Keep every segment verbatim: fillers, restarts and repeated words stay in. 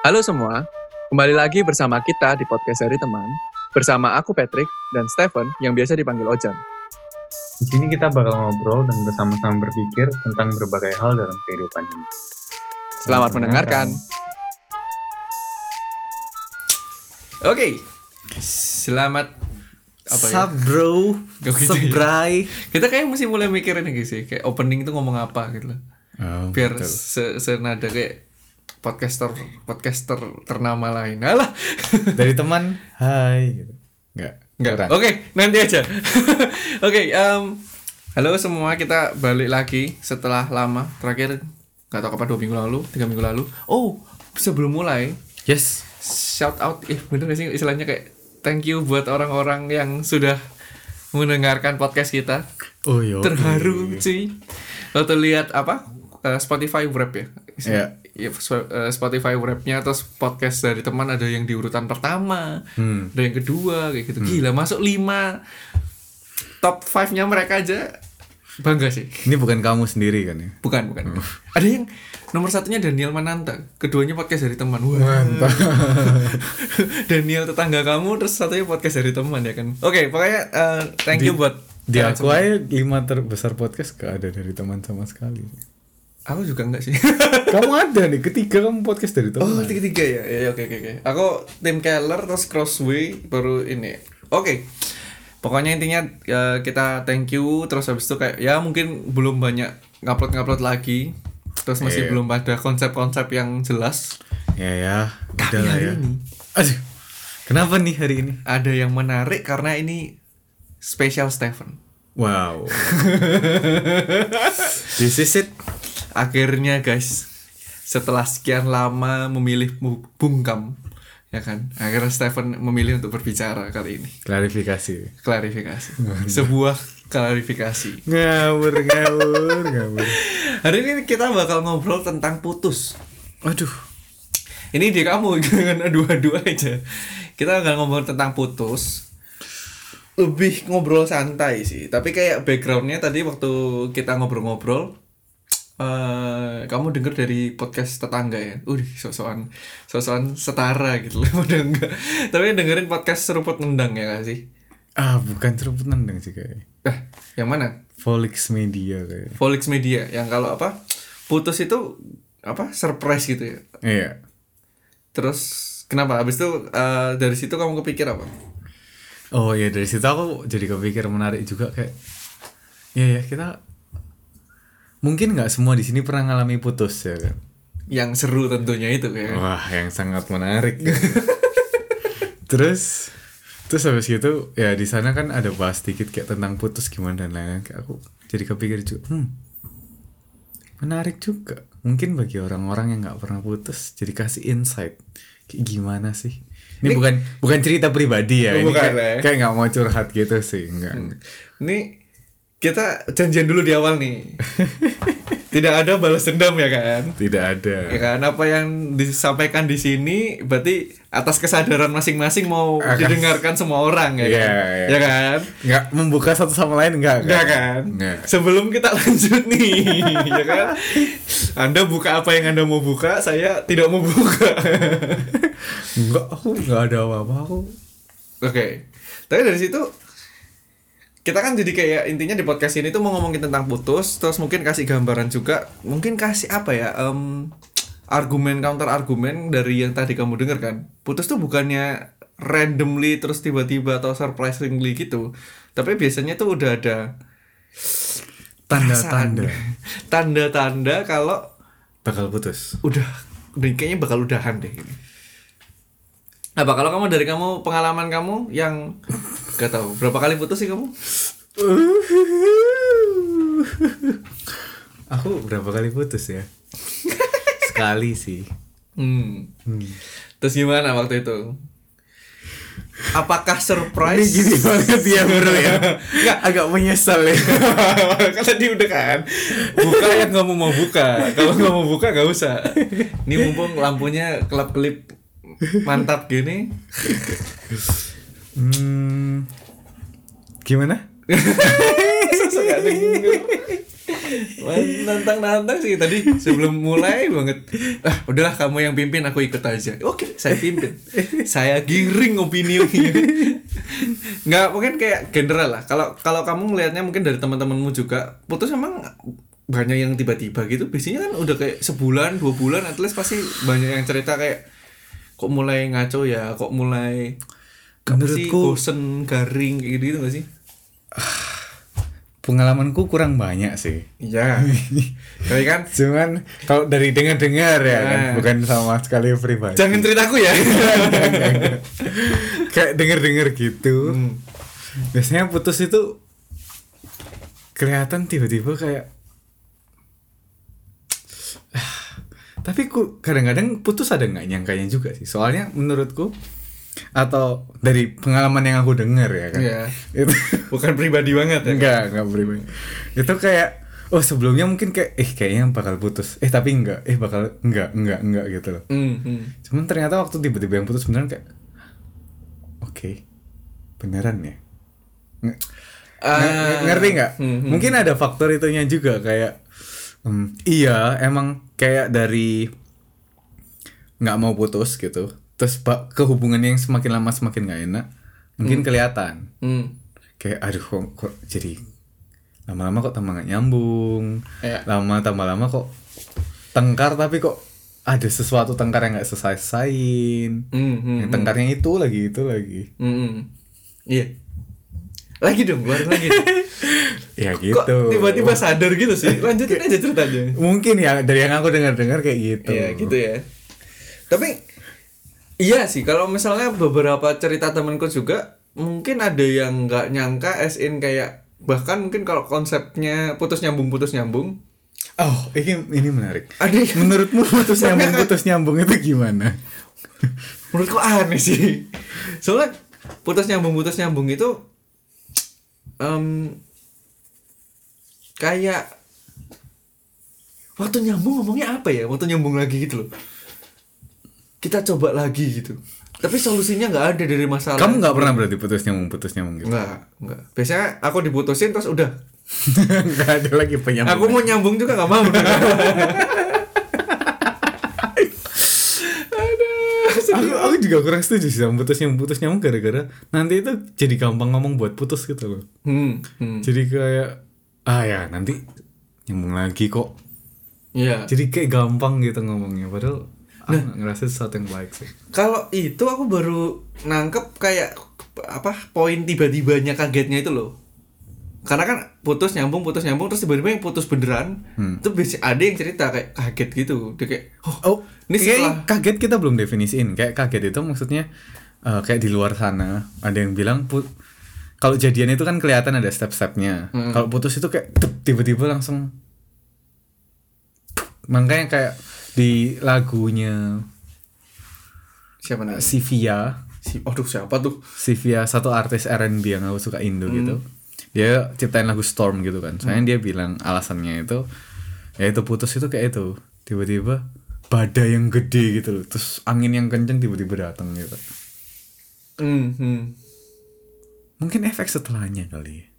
Halo semua, kembali lagi bersama kita di podcast Dari Teman, bersama aku Patrick dan Stephen yang biasa dipanggil Ojan. Di sini kita bakal ngobrol dan bersama-sama berpikir tentang berbagai hal dalam kehidupan ini. Selamat mendengarkan. Oke, selamat apa ya? Sup bro, Gak gitu ya. sebray. Kita kayak mesti mulai mikirin nih sih, kayak opening tuh ngomong apa gitu loh. Oh, Biar betul. se- senada kayak podcaster podcaster ternama lain. Alah. Dari teman, hai gitu. Enggak. Enggak. kurang. Oke, nanti aja. Oke, um, halo semua, kita balik lagi setelah lama. Terakhir enggak tahu kapan, dua minggu lalu, tiga minggu lalu. Oh, sebelum mulai, Yes. shout out, eh bener gak sih istilahnya kayak thank you buat orang-orang yang sudah mendengarkan podcast kita. Oh iya. Terharu sih. Waktu lihat apa? Uh, Spotify Wrap ya. Iya. Ya, uh, Spotify Wrap-nya, terus podcast dari teman ada yang di urutan pertama, Hmm. ada yang kedua kayak gitu. Gila, masuk lima top lima-nya mereka aja. Bangga sih. Ini bukan kamu sendiri kan ya? Bukan, bukan. Ada yang nomor satunya Daniel Mananta, keduanya podcast dari teman. Wah. Mantap. Daniel tetangga kamu, terus satunya podcast dari teman ya kan. Oke, pokoknya uh, thank you Di- buat Di kalian aku semua. aja lima terbesar podcast gak ada dari teman sama sekali. Aku juga enggak sih. Kamu ada nih, ketiga kamu podcast dari teman. Oh, tiga-tiga ya? Ya, ya, oke, oke, oke. Aku tim Keller, terus Crossway, baru ini. Oke. Pokoknya intinya ya, kita thank you, terus habis itu kayak ya mungkin belum banyak ngupload-ngupload lagi. Terus masih Iya. belum ada konsep-konsep yang jelas. Ya ya, Tapi udah lah hari ya. ini Aduh. Kenapa nih hari ini? ada yang menarik karena ini spesial Stephen. Wow. This is it. Akhirnya guys, setelah sekian lama memilih bu- bungkam, ya kan? Akhirnya Stephen memilih untuk berbicara kali ini. Klarifikasi. Klarifikasi. Sebuah klarifikasi. Ngawur, ngawur, ngawur. Hari ini kita bakal ngobrol tentang putus. Aduh. Ini di kamu jangan adu-adu aja. Kita bakal ngobrol tentang putus. Lebih ngobrol santai sih. Tapi kayak backgroundnya tadi waktu kita ngobrol-ngobrol, eh kamu denger dari podcast tetangga ya. Udah sok-sokan sok-sokan setara gitu loh. Udah enggak. Tapi dengerin podcast Seruput Nendang ya gak sih? Ah, bukan seruput nendang sih kayak. Eh, yang mana? Volix Media kayak. Volix Media yang kalau apa? Putus itu apa? Surprise gitu ya. Iya. Terus kenapa? Habis itu eh, dari situ kamu kepikir apa? Oh iya, dari situ aku jadi kepikir menarik juga kayak. Iya ya, kita mungkin nggak semua di sini pernah ngalami putus ya kan. Yang seru tentunya itu kayak. Wah, yang sangat menarik. terus terus habis gitu ya di sana kan ada bahas dikit kayak tentang putus gimana dan lain-lain, kayak aku jadi kepikir juga. Hmm. Menarik juga. Mungkin bagi orang-orang yang nggak pernah putus jadi kasih insight kayak gimana sih. Ini, Ini- bukan bukan cerita pribadi ya. Oh, Ini bukan, kayak, ya. kayak nggak mau curhat gitu sih, enggak. Ini kita janjian dulu di awal nih. Tidak ada balas dendam ya kan? Tidak ada. Ya kan, apa yang disampaikan di sini berarti atas kesadaran masing-masing mau Akan- didengarkan semua orang ya Iya, kan? iya. Ya kan? Nggak membuka satu sama lain enggak Enggak kan? Nggak. Sebelum kita lanjut nih, ya kan? Anda buka apa yang Anda mau buka, saya tidak mau buka. Enggak, aku enggak ada apa-apa aku. Oke. Tapi dari situ kita kan jadi kayak intinya di podcast ini tuh mau ngomongin tentang putus, terus mungkin kasih gambaran juga, mungkin kasih apa ya, em, argumen counter argumen dari yang tadi kamu dengar kan. Putus tuh bukannya randomly terus tiba-tiba atau surprisingly gitu, tapi biasanya tuh udah ada Tanda-tanda perasaan. Tanda-tanda kalau bakal putus. udah, udah kayaknya bakal udahan deh ini. Apa kalau kamu dari kamu pengalaman kamu yang gak tahu berapa kali putus sih kamu? Aku berapa kali putus ya? Sekali sih. Hmm. Hmm. Terus gimana waktu itu? Apakah surprise? Ini gini banget ya bro ya. Enggak, Agak menyesal ya. kan tadi udah kan. Buka yang kamu mau buka. Kalau nggak mau buka gak usah. Ini mumpung lampunya kelap-kelip mantap gini. Hmm. Gimana? Sosok gak denger. Nantang-nantang sih tadi sebelum mulai banget. Ah, udahlah kamu yang pimpin, aku ikut aja. Oke, saya pimpin. Saya giring opini. Nggak, mungkin kayak general lah. Kalau kalau kamu ngelihatnya mungkin dari teman-temanmu juga, putus emang banyak yang tiba-tiba gitu. Biasanya kan udah kayak sebulan, dua bulan, at least pasti banyak yang cerita kayak kok mulai ngaco ya, kok mulai menurutku bosen, garing kayak gitu nggak sih? Pengalamanku kurang banyak sih. Iya. Tapi kan Cuman kalau dari dengar-dengar ya kan, Nah. bukan sama sekali pribadi. jangan ceritaku ya. Kayak denger-denger gitu. Hmm. Biasanya putus itu kelihatan tiba-tiba kayak tapi ku kadang-kadang putus ada nggak nyangkanya juga sih. Soalnya menurutku atau dari pengalaman yang aku dengar ya kan. Iya. Itu Bukan pribadi banget ya. enggak, enggak pribadi. Itu kayak oh sebelumnya mungkin kayak eh kayaknya bakal putus. Eh tapi enggak, eh bakal enggak, enggak, enggak gitu loh. Hmm, hmm. Cuman ternyata waktu tiba-tiba yang putus beneran kayak oke. Beneran ya? Nge- Ah. nge- ngerti nggak? Hmm, hmm. Mungkin ada faktor itunya juga kayak hmm, iya emang kayak dari nggak mau putus gitu terus bak ke hubungan yang semakin lama semakin nggak enak mungkin kelihatan Hmm. kayak aduh kok, kok jadi lama-lama kok tambah nggak nyambung Iya. lama tambah lama kok tengkar tapi kok ada sesuatu tengkar yang nggak selesai-selesaiin Hmm, hmm, yang tengkarnya itu lagi itu lagi Hmm, hmm. Iya. Lagi dong, keluar lagi. ya gitu Kok tiba-tiba sadar gitu sih? Lanjutin aja ceritanya. mungkin ya dari yang aku dengar-dengar kayak gitu Iya, gitu ya. Tapi iya sih, kalau misalnya beberapa cerita temanku juga mungkin ada yang nggak nyangka as in kayak bahkan mungkin kalau konsepnya putus nyambung putus nyambung oh ini ini menarik ada yang menurutmu putus nyambung putus nyambung itu gimana menurutku aneh sih. Soalnya putus nyambung putus nyambung itu em, kayak waktu nyambung ngomongnya apa ya? Waktu nyambung lagi gitu loh. Kita coba lagi gitu. Tapi solusinya nggak ada dari masalah. kamu nggak pernah berarti putus nyambung putus nyambung gitu Nggak, nggak. Biasanya aku diputusin terus udah. nggak ada lagi penyambung Aku mau nyambung juga nggak mau. aku, aku juga kurang setuju sih sama putus nyambung putus nyambung gara-gara nanti itu jadi gampang ngomong buat putus gitu loh Hmm, hmm. jadi kayak ah ya nanti nyambung lagi kok Iya. jadi kayak gampang gitu ngomongnya padahal aku nggak ngerasa sesuatu yang baik sih Kalau itu aku baru nangkep kayak apa poin tiba-tibanya kagetnya itu loh. Karena kan putus nyambung putus nyambung terus tiba-tiba yang putus beneran Hmm. itu biasa ada yang cerita kayak kaget gitu. Dia kayak oh, oh ini kayak setelah kaget kita belum definisiin kayak kaget itu maksudnya eh, kayak di luar sana ada yang bilang put kalau jadian itu kan kelihatan ada step-stepnya Hmm. kalau putus itu kayak tup, tiba-tiba langsung makanya kayak di lagunya siapa nih? Sivia Si, aduh siapa tuh? Sivia satu artis R and B yang aku suka Indo gitu dia ciptain lagu Storm gitu kan soalnya dia bilang alasannya itu ya itu putus itu kayak itu tiba-tiba badai yang gede gitu loh terus angin yang kenceng tiba-tiba datang gitu Hmm, hmm. mungkin efek setelahnya kali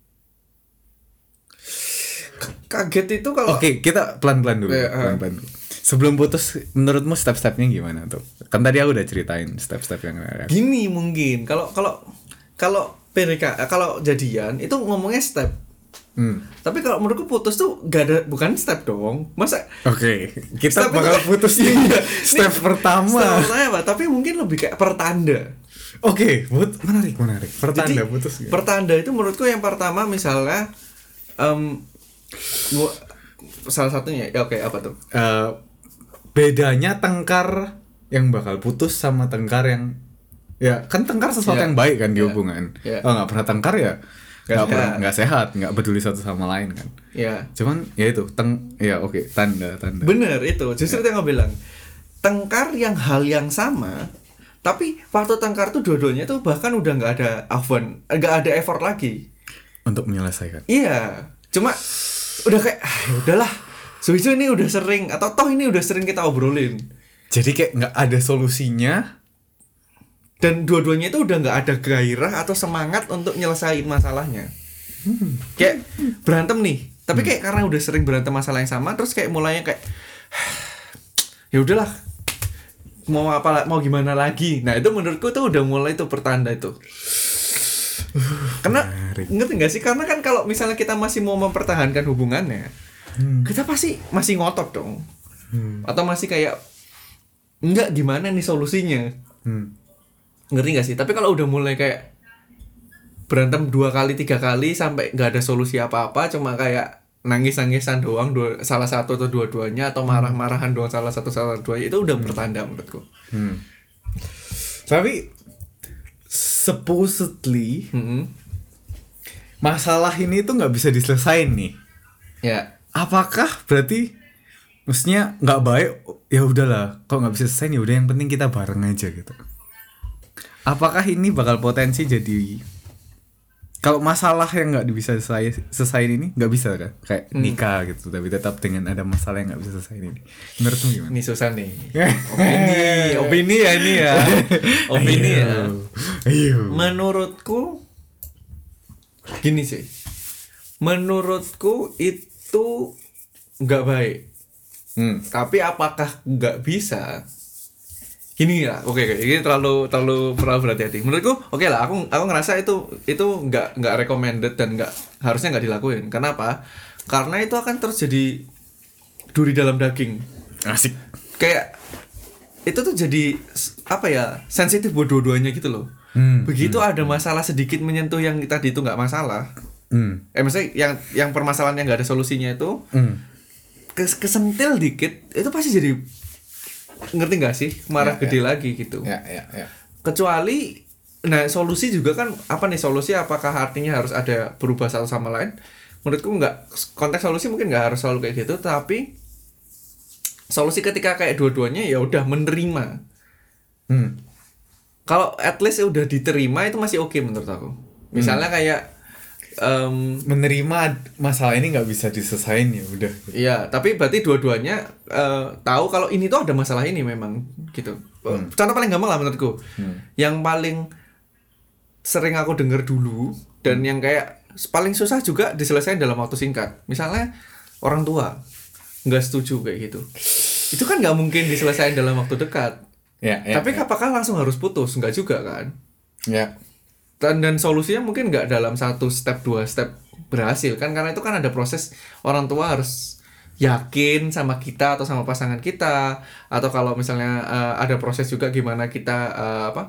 Kaget itu kalau oke kita pelan-pelan dulu Ya, ah. pelan-pelan dulu sebelum putus menurutmu step-stepnya gimana tuh kan tadi aku udah ceritain step-step yang ada gini mungkin kalau kalau kalau P D K eh, kalau jadian itu ngomongnya step. hmm. Tapi kalau menurutku putus tuh gak ada bukan step dong. Masa Oke, kita Step bakal itu- putus nih. Iya. Step Nih, pertama. step pertama apa? Tapi mungkin lebih kayak pertanda. Oke, but menarik, menarik. Pertanda Jadi, putus. Gitu. Pertanda itu menurutku yang pertama misalnya em gua- salah satunya ya oke apa tuh? Eh, bedanya tengkar yang bakal putus sama tengkar yang ya kan tengkar sesuatu Ya. yang baik kan di Ya. hubungan. Ya. Oh nggak pernah tengkar ya Nggak nggak pernah sehat. nggak sehat, nggak peduli satu sama lain kan. Ya. Cuman ya itu teng ya oke tanda tanda. Bener itu. Justru itu yang gue bilang. Tengkar yang hal yang sama tapi waktu tengkar tuh dua-duanya tuh bahkan udah nggak ada afwan, nggak ada effort lagi. Untuk menyelesaikan. Iya, cuma udah kayak ah, ya udahlah. So-so ini udah sering atau toh ini udah sering kita obrolin. Jadi kayak nggak ada solusinya. Dan dua-duanya itu udah nggak ada gairah atau semangat untuk nyelesain masalahnya. Kayak berantem nih, Tapi kayak karena udah sering berantem masalah yang sama, terus kayak mulainya kayak ya udahlah, mau apa mau gimana lagi. Nah itu menurutku tuh udah mulai tuh pertanda itu. Karena ngerti nggak sih, karena kan kalau misalnya kita masih mau mempertahankan hubungannya, hmm. kita pasti masih ngotot dong, hmm. atau masih kayak enggak gimana nih solusinya, hmm. ngerti nggak sih? Tapi kalau udah mulai kayak berantem dua kali tiga kali sampai nggak ada solusi apa-apa, cuma kayak nangis-nangisan doang dua, salah satu atau dua-duanya, atau marah-marahan doang salah satu salah duanya, itu udah hmm. pertanda menurutku. Hmm. Tapi supposedly hmm. masalah ini tuh nggak bisa diselesain nih. Ya. Apakah berarti maksudnya nggak baik? Ya udahlah, kok nggak bisa selesai ya udah, yang penting kita bareng aja gitu. Apakah ini bakal potensi jadi, kalau masalah yang nggak bisa selesai selesai ini nggak bisa kan, kayak hmm. nikah gitu, tapi tetap dengan ada masalah yang nggak bisa selesai ini. Menurutmu gimana? Ini susah nih. opini, opini ya ini ya. Opini Ayo. ya. Ayo. Menurutku gini sih. Menurutku itu nggak baik. Hmm. Tapi apakah nggak bisa? Gini lah, oke, okay, ini terlalu terlalu terlalu berhati-hati. Menurutku, oke okay lah, aku aku ngerasa itu itu nggak nggak recommended dan nggak harusnya nggak dilakuin. Kenapa? Karena itu akan terjadi duri dalam daging. Asik. Kayak itu tuh jadi apa ya, sensitif buat dua-duanya gitu loh. Hmm. Begitu hmm. ada masalah sedikit menyentuh yang tadi itu nggak masalah. Hmm. Eh maksudnya yang yang permasalahan yang nggak ada solusinya itu, hmm. kes kesentil dikit itu pasti jadi, ngerti nggak sih, marah ya, gede ya. lagi gitu. Ya, ya, ya. Kecuali, nah solusi juga kan apa nih solusi? Apakah artinya harus ada berubah satu sama lain? Menurutku nggak. Konteks solusi mungkin nggak harus selalu kayak gitu, tapi solusi ketika kayak dua-duanya ya udah menerima. Hmm. Kalau at least udah diterima itu masih oke okay menurut aku. Misalnya hmm. kayak um, menerima masalah ini nggak bisa diselesain ya udah. Iya, tapi berarti dua-duanya uh, tahu kalau ini tuh ada masalah ini memang gitu. Hmm. Contoh paling gampang lah menurutku. Hmm. Yang paling sering aku dengar dulu dan hmm. yang kayak paling susah juga diselesaikan dalam waktu singkat. Misalnya orang tua nggak setuju kayak gitu. Itu kan nggak mungkin diselesaikan dalam waktu dekat. Ya, ya, tapi ya. Apakah langsung harus putus? Nggak juga kan? Ya. Dan, dan solusinya mungkin nggak dalam satu step dua step berhasil kan, karena itu kan ada proses. Orang tua harus yakin sama kita atau sama pasangan kita, atau kalau misalnya uh, ada proses juga gimana kita uh, apa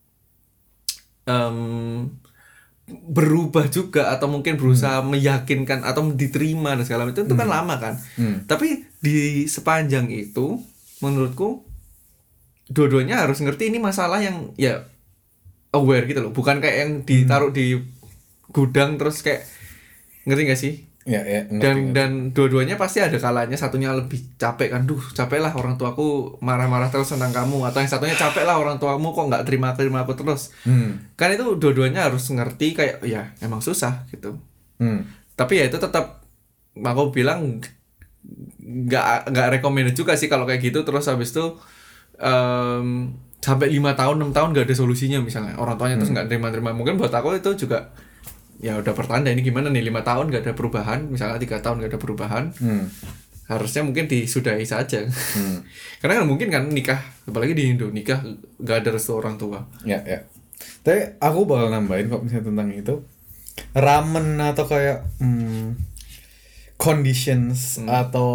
um, berubah juga, atau mungkin berusaha hmm. meyakinkan atau diterima dan segala macam itu, itu hmm. kan lama kan. hmm. Tapi di sepanjang itu menurutku dua-duanya harus ngerti ini masalah yang ya aware gitu loh, bukan kayak yang ditaruh hmm. di gudang terus kayak, ngerti gak sih? Ya, ya, ngerti, dan ngerti. Dan dua-duanya pasti ada kalanya satunya lebih capek kan, duh capek lah orang tuaku marah-marah terus tentang kamu, atau yang satunya capek lah orang tuamu kok nggak terima-terima aku terus. hmm. Kan itu dua-duanya harus ngerti kayak ya emang susah gitu. hmm. Tapi ya itu tetap aku bilang nggak nggak recommended juga sih kalau kayak gitu terus habis itu Um, sampai lima tahun enam tahun gak ada solusinya misalnya orang tuanya hmm. terus nggak terima-terima. Mungkin buat aku itu juga ya udah pertanda ini gimana nih, lima tahun gak ada perubahan, misalnya tiga tahun gak ada perubahan. hmm. Harusnya mungkin disudahi saja. hmm. Karena kan mungkin kan nikah, apalagi di Indo, nikah gak ada restu orang tua. Ya ya. Tapi aku bakal nambahin kok misalnya tentang itu, ramen atau kayak hmm, conditions hmm. atau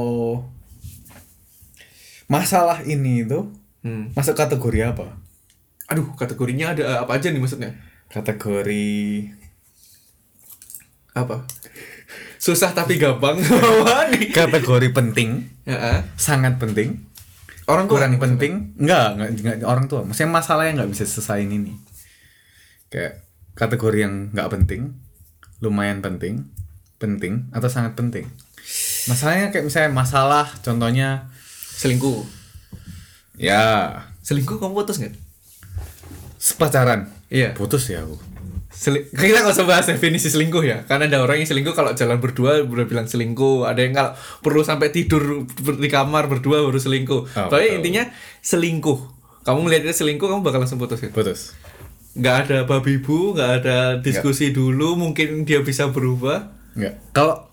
masalah ini itu Hmm. masuk kategori apa? Aduh, kategorinya ada apa aja nih maksudnya? Kategori apa? Susah tapi gampang. Kategori penting, ya, sangat penting, orang tua kurang penting, enggak, enggak, enggak orang tua. Maksudnya masalah yang nggak bisa selesai ini. Kayak kategori yang nggak penting, lumayan penting, penting atau sangat penting. Masalahnya kayak misalnya masalah, contohnya selingkuh. Ya, selingkuh kamu putus nggak? Sepacaran? Iya. Putus ya aku. Seli- kita nggak usah bahas definisi selingkuh ya, karena ada orang yang selingkuh kalau jalan berdua udah bilang selingkuh, ada yang kalau perlu sampai tidur di kamar berdua baru selingkuh. Oh, tapi oh. intinya selingkuh. Kamu melihatnya selingkuh, kamu bakal langsung putus gitu? Putus. Nggak ada babi bu, nggak ada diskusi nggak. Dulu mungkin dia bisa berubah. Nggak. Kalau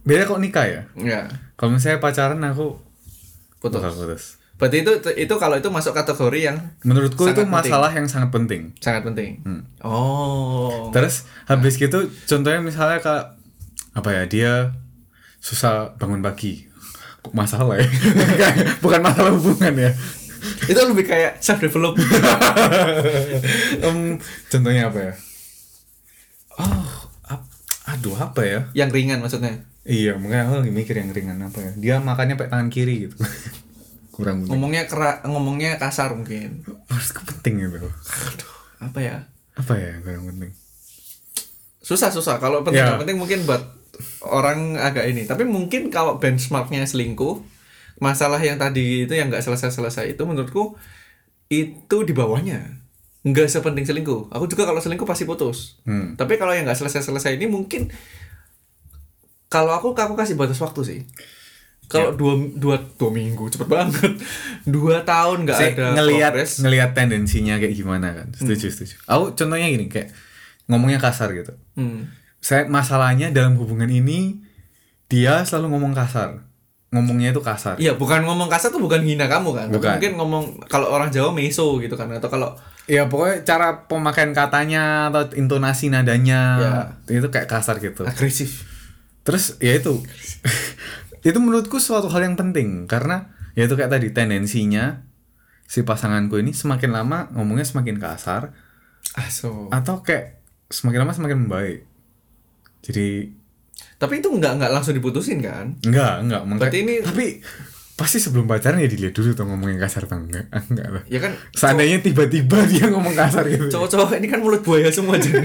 beda kok nikah ya. Ya. Kalau misalnya pacaran aku Putus. bakal putus. Berarti itu itu kalau itu masuk kategori yang Menurutku itu sangat masalah yang sangat penting. sangat penting. Hmm. Oh. Terus habis gitu contohnya misalnya kayak apa ya, dia susah bangun pagi. Kok masalah ya? Bukan masalah hubungan ya. Itu lebih kayak self development. um, contohnya apa ya? Oh, ap- aduh apa ya? Yang ringan maksudnya. Iya, mungkin aku lagi mikir yang ringan apa ya. Dia makannya pakai tangan kiri gitu. Kurang penting. Ngomongnya kera, ngomongnya kasar mungkin. Harusku penting gitu. Aduh, apa ya? Apa ya yang kurang penting? Susah susah. Kalau penting Ya. nggak penting mungkin buat orang agak ini. Tapi mungkin kalau benchmarknya selingkuh, masalah yang tadi itu yang nggak selesai-selesai itu menurutku itu di bawahnya. Nggak sepenting selingkuh. Aku juga kalau selingkuh pasti putus. Hmm. Tapi kalau yang nggak selesai-selesai ini mungkin kalau aku aku kasih batas waktu sih. Kalau Ya. dua, dua dua minggu cepet banget. Dua tahun nggak Saya ada ngelihat progress. ngelihat tendensinya kayak gimana kan. Setuju, setuju. Aku contohnya gini kayak ngomongnya kasar gitu. Hmm. Saya masalahnya dalam hubungan ini dia selalu ngomong kasar. Ngomongnya itu kasar. Iya, bukan ngomong kasar tuh bukan hina kamu kan. Tapi Bukan. mungkin ngomong kalau orang Jawa meso gitu kan atau kalau Ya pokoknya cara pemakaian katanya atau intonasi nadanya Ya. itu kayak kasar gitu. agresif. Terus ya itu itu menurutku suatu hal yang penting karena ya itu kayak tadi tendensinya si pasanganku ini semakin lama ngomongnya semakin kasar Ah, so. atau kayak semakin lama semakin membaik. Jadi Tapi itu nggak nggak langsung diputusin kan? enggak enggak makanya- Berarti ini- tapi pasti sebelum pacaran ya dilihat dulu tuh ngomongnya kasar atau enggak. Enggak lah. Ya kan Seandainya tiba-tiba dia ngomong kasar gitu. cowok-cowok ini kan mulut buaya semua aja.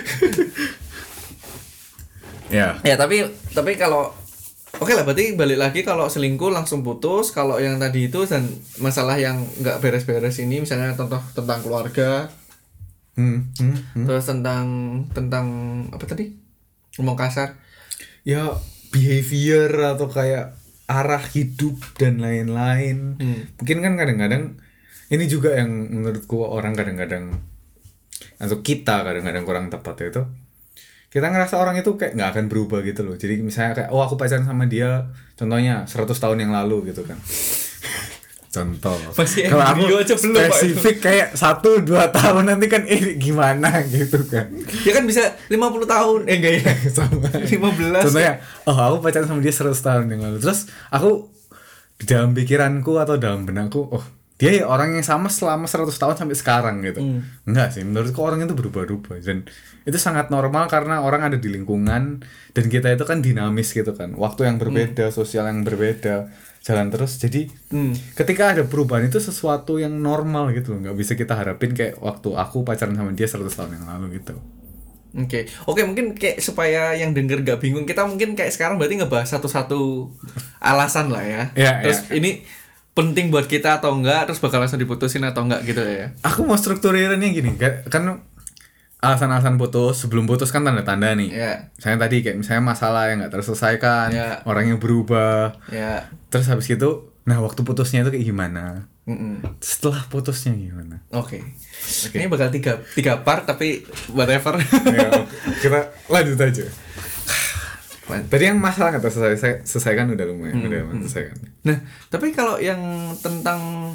Ya. Ya tapi tapi kalau oke lah berarti balik lagi kalau selingkuh langsung putus. Kalau yang tadi itu dan masalah yang nggak beres-beres ini misalnya contoh tentang keluarga, Hmm, hmm, hmm. terus tentang tentang apa tadi ngomong kasar. Ya behavior atau kayak arah hidup dan lain-lain. Hmm. Mungkin kan kadang-kadang ini juga yang menurutku orang kadang-kadang atau kita kadang-kadang kurang tepat itu. Kita ngerasa orang itu kayak nggak akan berubah gitu loh. Jadi misalnya kayak oh aku pacaran sama dia contohnya seratus tahun yang lalu gitu kan. Contoh. Masih Kalau aku embryo aja belum, Pak. spesifik kayak satu dua tahun nanti kan eh gimana gitu kan. Ya kan bisa lima puluh tahun. Eh enggak ya. Sama lima belas. contohnya oh aku pacaran sama dia seratus tahun yang lalu terus aku di dalam pikiranku atau dalam benakku oh dia ya orang yang sama selama seratus tahun sampai sekarang gitu. Hmm. Enggak sih, menurutku orang itu berubah-ubah dan itu sangat normal karena orang ada di lingkungan dan kita itu kan dinamis gitu kan, waktu yang berbeda, sosial yang berbeda, jalan terus. Jadi Hmm. ketika ada perubahan itu sesuatu yang normal gitu loh, nggak bisa kita harapin kayak waktu aku pacaran sama dia seratus tahun yang lalu gitu. Oke, oke mungkin kayak supaya yang denger gak bingung, kita mungkin kayak sekarang berarti ngebahas satu-satu alasan lah ya. Ya, Terus ya. ini penting buat kita atau enggak, terus bakal langsung diputusin atau enggak gitu ya. Aku mau strukturirannya gini, kan, kan alasan-alasan putus, sebelum putus kan tanda-tanda nih. Ya. Misalnya tadi kayak misalnya masalah yang nggak terselesaikan, Ya. orang yang berubah. Ya. Terus habis gitu, nah waktu putusnya itu kayak gimana? Mm-mm. Setelah putusnya gimana? Oke. Ini bakal tiga tiga part tapi whatever. Ya, oke. Kita lanjut aja. Tadi yang masalah nggak terselesaikan, selesaikan udah lumayan, udah selesaikan. Nah, tapi kalau yang tentang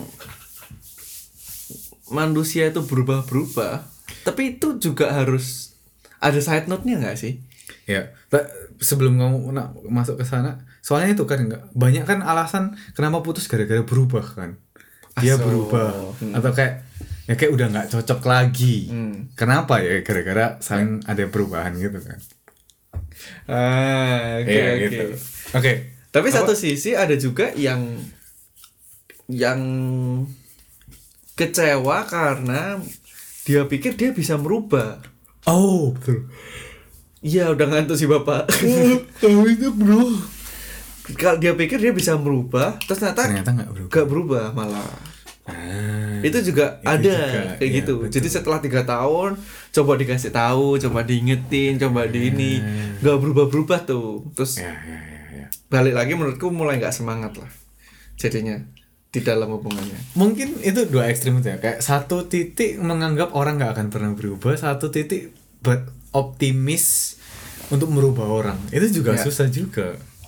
manusia itu berubah-berubah, tapi itu juga harus ada side note-nya nggak sih? Ya, ta- sebelum kamu nak masuk ke sana, soalnya itu kan enggak banyak kan alasan kenapa putus gara-gara berubah kan. Dia Aso. berubah Hmm. atau kayak ya kayak udah nggak cocok lagi. Hmm. Kenapa ya? Gara-gara saling ada perubahan gitu kan. Ah, oke Iya, oke. gitu. Oke. Tapi Apa? satu sisi ada juga yang yang kecewa karena dia pikir dia bisa merubah. Oh, betul. Iya, udah ngantuk sih Bapak. Oh, itu bro. Kalau dia pikir dia bisa merubah, terus ternyata Ternyata nggak berubah. gak berubah malah. Ah, Itu juga itu ada juga, kayak iya, gitu. betul. Jadi setelah tiga tahun coba dikasih tahu, coba diingetin, coba di ini, gak berubah-berubah tuh. Terus ya, ya, ya, ya. balik lagi menurutku mulai nggak semangat lah jadinya di dalam hubungannya. Mungkin itu dua ekstrim itu ya. Kayak satu titik menganggap orang nggak akan pernah berubah, satu titik beroptimis untuk merubah orang. Itu juga Ya. susah juga.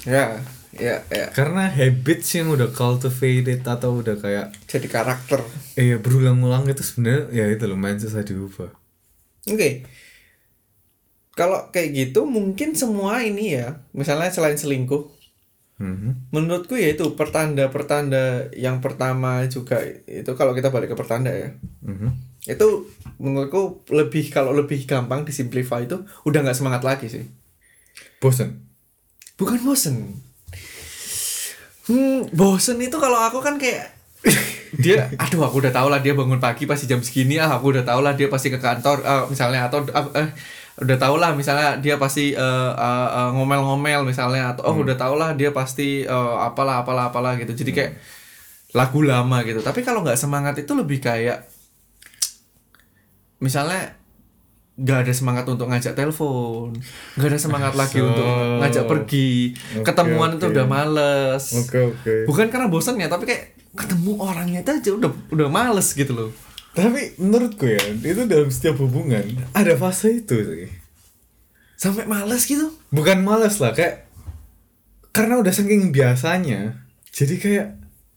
Ya, ya, ya. Karena habits yang udah cultivated atau udah kayak Jadi karakter. eh berulang-ulang itu sebenarnya ya itu loh, main susah diubah. Oke. Okay. Kalau kayak gitu mungkin semua ini ya, misalnya selain selingkuh, Mm-hmm. menurutku ya itu pertanda-pertanda yang pertama juga itu kalau kita balik ke pertanda ya. Mm-hmm. Itu menurutku lebih kalau lebih gampang disimplify itu udah nggak semangat lagi sih. Bosen. Bukan bosen. Hmm, bosen itu kalau aku kan kayak dia, aduh aku udah tau lah dia bangun pagi pasti jam segini, ah aku udah tau lah dia pasti ke kantor, uh, misalnya atau uh, uh, udah tau lah misalnya dia pasti uh, uh, uh, ngomel-ngomel misalnya atau oh hmm. udah tau lah dia pasti uh, apalah apalah apalah gitu. Jadi kayak lagu lama gitu. Tapi kalau nggak semangat itu lebih kayak misalnya nggak ada semangat untuk ngajak telepon, nggak ada semangat so, lagi untuk ngajak pergi, okay, ketemuan okay. itu udah males. Okay, okay. Bukan karena bosan ya, tapi kayak ketemu orangnya itu aja udah udah males gitu loh. Tapi menurutku ya, itu dalam setiap hubungan ada fase itu sih. Sampai males gitu? Bukan males lah, kayak karena udah saking biasanya, jadi kayak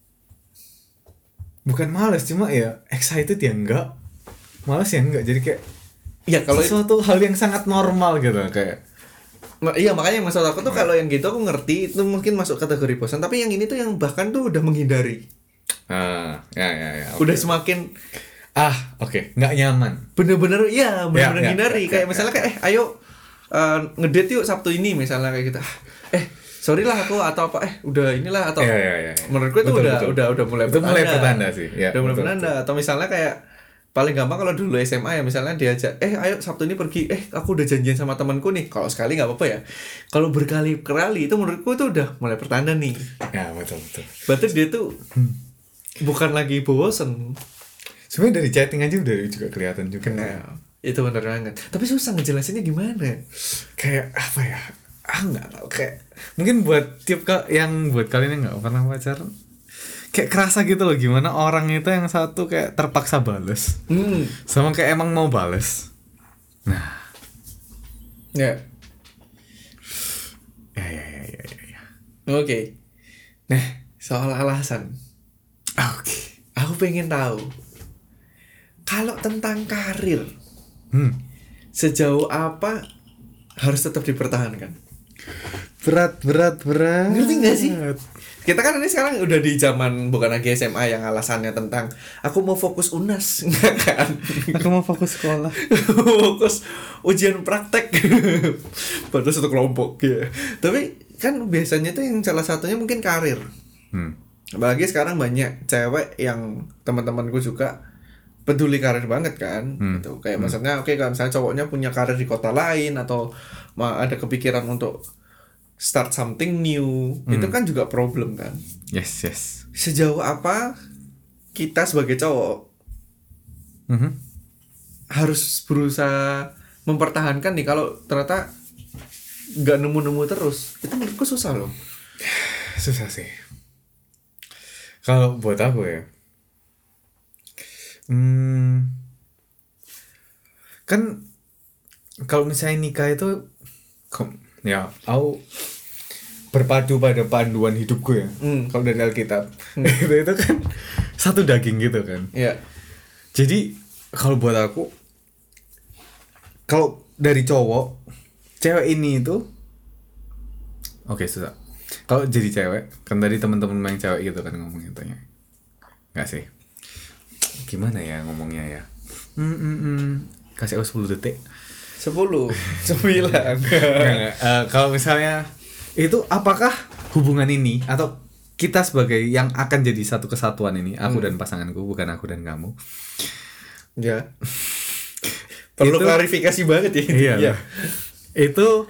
bukan males, cuma ya excited ya enggak, males ya enggak, jadi kayak ya kalau sesuatu hal yang sangat normal gitu kayak. Iya makanya maksud aku tuh nah. Kalau yang gitu aku ngerti itu mungkin masuk kategori bosan, tapi yang ini tuh yang bahkan tuh udah menghindari. Ah, ya ya ya. Okay. Udah semakin ah, oke, okay. Nggak nyaman. Bener-bener iya, bener-bener ya, hindari. Ya, kayak ya, misalnya ya. kayak eh ayo uh, ngedate yuk Sabtu ini misalnya kayak gitu. Eh, sorry lah aku atau apa eh udah inilah atau ya, ya, ya, ya. Menurutku itu betul, udah, betul. udah udah mulai itu mulai pertanda sih. Ya, udah mulai pertanda atau misalnya kayak paling gampang kalau dulu S M A ya misalnya diajak eh ayo Sabtu ini pergi eh aku udah janjian sama temanku nih, kalau sekali nggak apa-apa ya, kalau berkali-kali itu menurutku itu udah mulai pertanda nih ya betul betul. Berarti dia tuh hmm. bukan lagi bosen. Sebenarnya dari chatting aja udah juga kelihatan juga. Nah, itu bener banget. Tapi susah ngejelasinnya gimana? Kayak apa ya? Ah nggak tahu kayak mungkin buat tiap kak yang buat kalian yang nggak pernah pacaran kayak kerasa gitu loh gimana orang itu yang satu kayak terpaksa bales hmm. sama kayak emang mau bales. Nah, ya, ya ya ya ya ya. ya. Oke, okay. Nah soal alasan, oke, okay. Aku pengen tahu kalau tentang karir, hmm. sejauh apa harus tetap dipertahankan? Berat berat berat. Ngerti nggak sih? Kita kan ini sekarang udah di zaman bukan lagi S M A yang alasannya tentang aku mau fokus U N A S, enggak kan? Aku mau fokus sekolah. Fokus ujian praktek. Padahal satu kelompok ya. Tapi kan biasanya tuh yang salah satunya mungkin karir. Hmm. Apalagi sekarang banyak cewek yang teman-temanku juga peduli karir banget kan. Hmm. Gitu. Kayak hmm. maksudnya oke okay, kalau misalnya cowoknya punya karir di kota lain atau ada kepikiran untuk start something new, hmm. itu kan juga problem kan. Yes yes. Sejauh apa kita sebagai cowok mm-hmm. harus berusaha mempertahankan nih kalau ternyata nggak nemu-nemu terus, itu menurutku susah loh. Susah sih. Kalau buat aku ya, hmm, kan kalau misalnya nikah itu ya, aku berpadu pada panduan hidupku ya. Mm. Kalau dari Alkitab, mm. itu itu kan satu daging gitu kan. Iya. Yeah. Jadi kalau buat aku, kalau dari cowok, cewek ini itu, oke okay, susah. Kalau jadi cewek, kan tadi teman-teman yang cewek gitu kan ngomongnya tanya, nggak sih? Gimana ya ngomongnya ya? Hmm, hmm, hmm. Kasih aku sepuluh detik. Sepuluh, sembilan. uh, kalau misalnya itu apakah hubungan ini atau kita sebagai yang akan jadi satu kesatuan ini, aku hmm. dan pasanganku, bukan aku dan kamu. Ya. Perlu itu, klarifikasi banget ya. Iya. Ya. Itu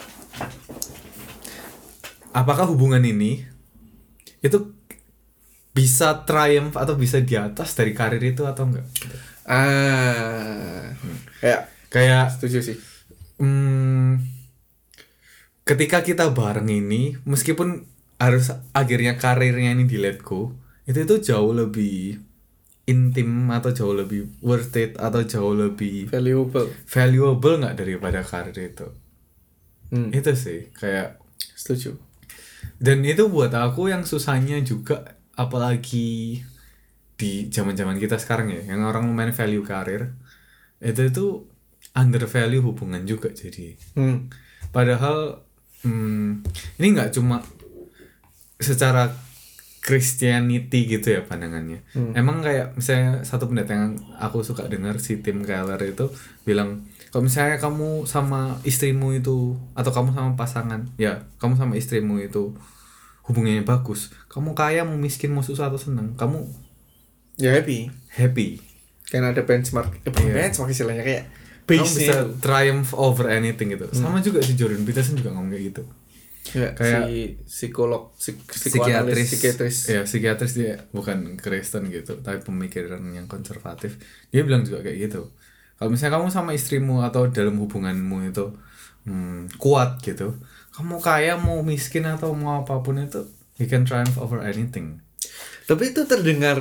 apakah hubungan ini itu bisa triumph atau bisa di atas dari karir itu atau enggak? Ah. Hmm. Ya. Kayak setuju sih. Hmm, ketika kita bareng ini, meskipun harus akhirnya karirnya ini di let go, itu itu jauh lebih intim atau jauh lebih worth it atau jauh lebih valuable. Valuable nggak daripada karir itu? Hmm. Itu sih kayak setuju. Dan itu buat aku yang susahnya juga, apalagi di zaman-zaman kita sekarang ya, yang orang main value karir, itu itu undervalue hubungan juga jadi. Hmm. Padahal hmm, ini nggak cuma secara Christianity gitu ya pandangannya. Hmm. Emang kayak misalnya satu pendeta yang aku suka dengar, si Tim Keller itu bilang, kalau misalnya kamu sama istrimu itu, atau kamu sama pasangan, ya kamu sama istrimu itu hubungannya bagus, kamu kaya mau miskin mau susah atau senang, kamu Ya happy. happy. Karena ada benchmark, eh, bukan Iya. benchmark istilahnya kayak Kamu base-nya bisa itu. triumph over anything gitu. Sama juga si Jordan Peterson juga ngomong kayak gitu. Ya, Kayak si psikolog, psik, psikoanalis, psikiatris. ya psikiatris dia bukan Kristen gitu, tapi pemikiran yang konservatif. Dia bilang juga kayak gitu. Kalau misalnya kamu sama istrimu atau dalam hubunganmu itu hmm, kuat gitu, kamu kaya mau miskin atau mau apapun itu, you can triumph over anything. Tapi itu terdengar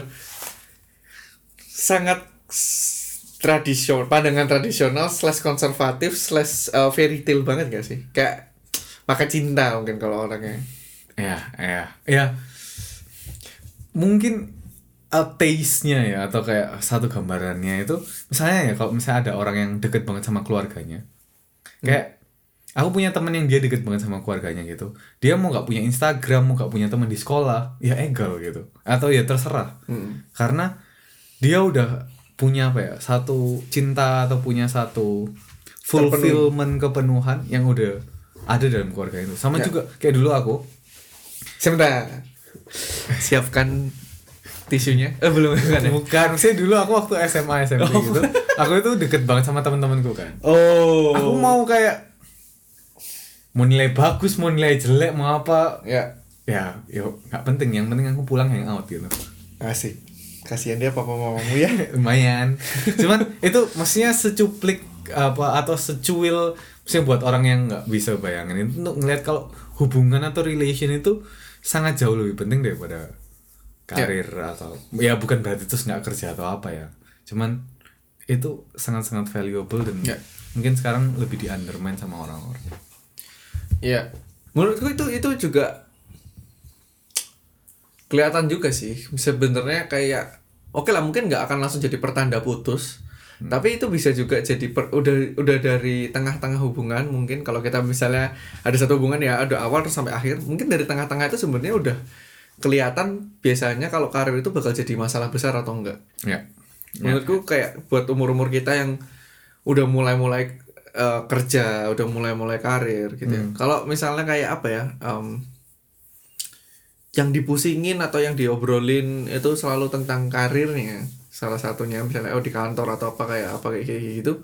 sangat tradisional, pandangan tradisional slash konservatif slash uh, fairy tale banget gak sih? Kayak maka cinta mungkin kalau orangnya. Ya, ya, ya. Mungkin uh, taste-nya ya, atau kayak satu gambarannya itu, misalnya ya kalau misalnya ada orang yang deket banget sama keluarganya, kayak aku punya temen yang dia deket banget sama keluarganya gitu, dia mau nggak punya Instagram, mau nggak punya teman di sekolah, ya egal gitu, atau ya terserah, Hmm. karena dia udah punya apa ya, satu cinta atau punya satu fulfillment, kepenuhan yang udah ada dalam keluarga itu. Sama Ya. juga kayak dulu aku, Sebentar. Siapkan tisunya. Eh belum kan ya? bukan, saya dulu aku waktu S M A S M P gitu, aku itu deket banget sama teman-temanku kan. Oh. Aku mau kayak mau nilai bagus, mau nilai jelek, mau apa, Ya, ya yuk nggak penting, yang penting aku pulang hangout gitu. asik. Kasihan dia papa mamamu ya. Lumayan. Cuman itu maksudnya secuplik apa atau secuil, maksudnya buat orang yang nggak bisa bayangin itu, untuk ngeliat kalau hubungan atau relation itu sangat jauh lebih penting daripada karir ya. Atau ya bukan berarti terus nggak kerja atau apa ya, cuman itu sangat-sangat valuable dan ya. mungkin sekarang lebih di undermine sama orang-orang. Ya. Menurutku itu itu juga kelihatan juga sih sebenarnya, kayak oke lah mungkin nggak akan langsung jadi pertanda putus, hmm. tapi itu bisa juga jadi per, udah udah dari tengah-tengah hubungan. Mungkin kalau kita misalnya ada satu hubungan ya ada awal terus sampai akhir, mungkin dari tengah-tengah itu sebenarnya udah kelihatan biasanya kalau karir itu bakal jadi masalah besar atau enggak. Ya. Menurutku kayak buat umur-umur kita yang udah mulai-mulai uh, kerja, udah mulai-mulai karir gitu ya. Hmm. Kalau misalnya kayak apa ya, um, yang dipusingin atau yang diobrolin itu selalu tentang karirnya, salah satunya misalnya oh di kantor atau apa kayak apa kayak gitu,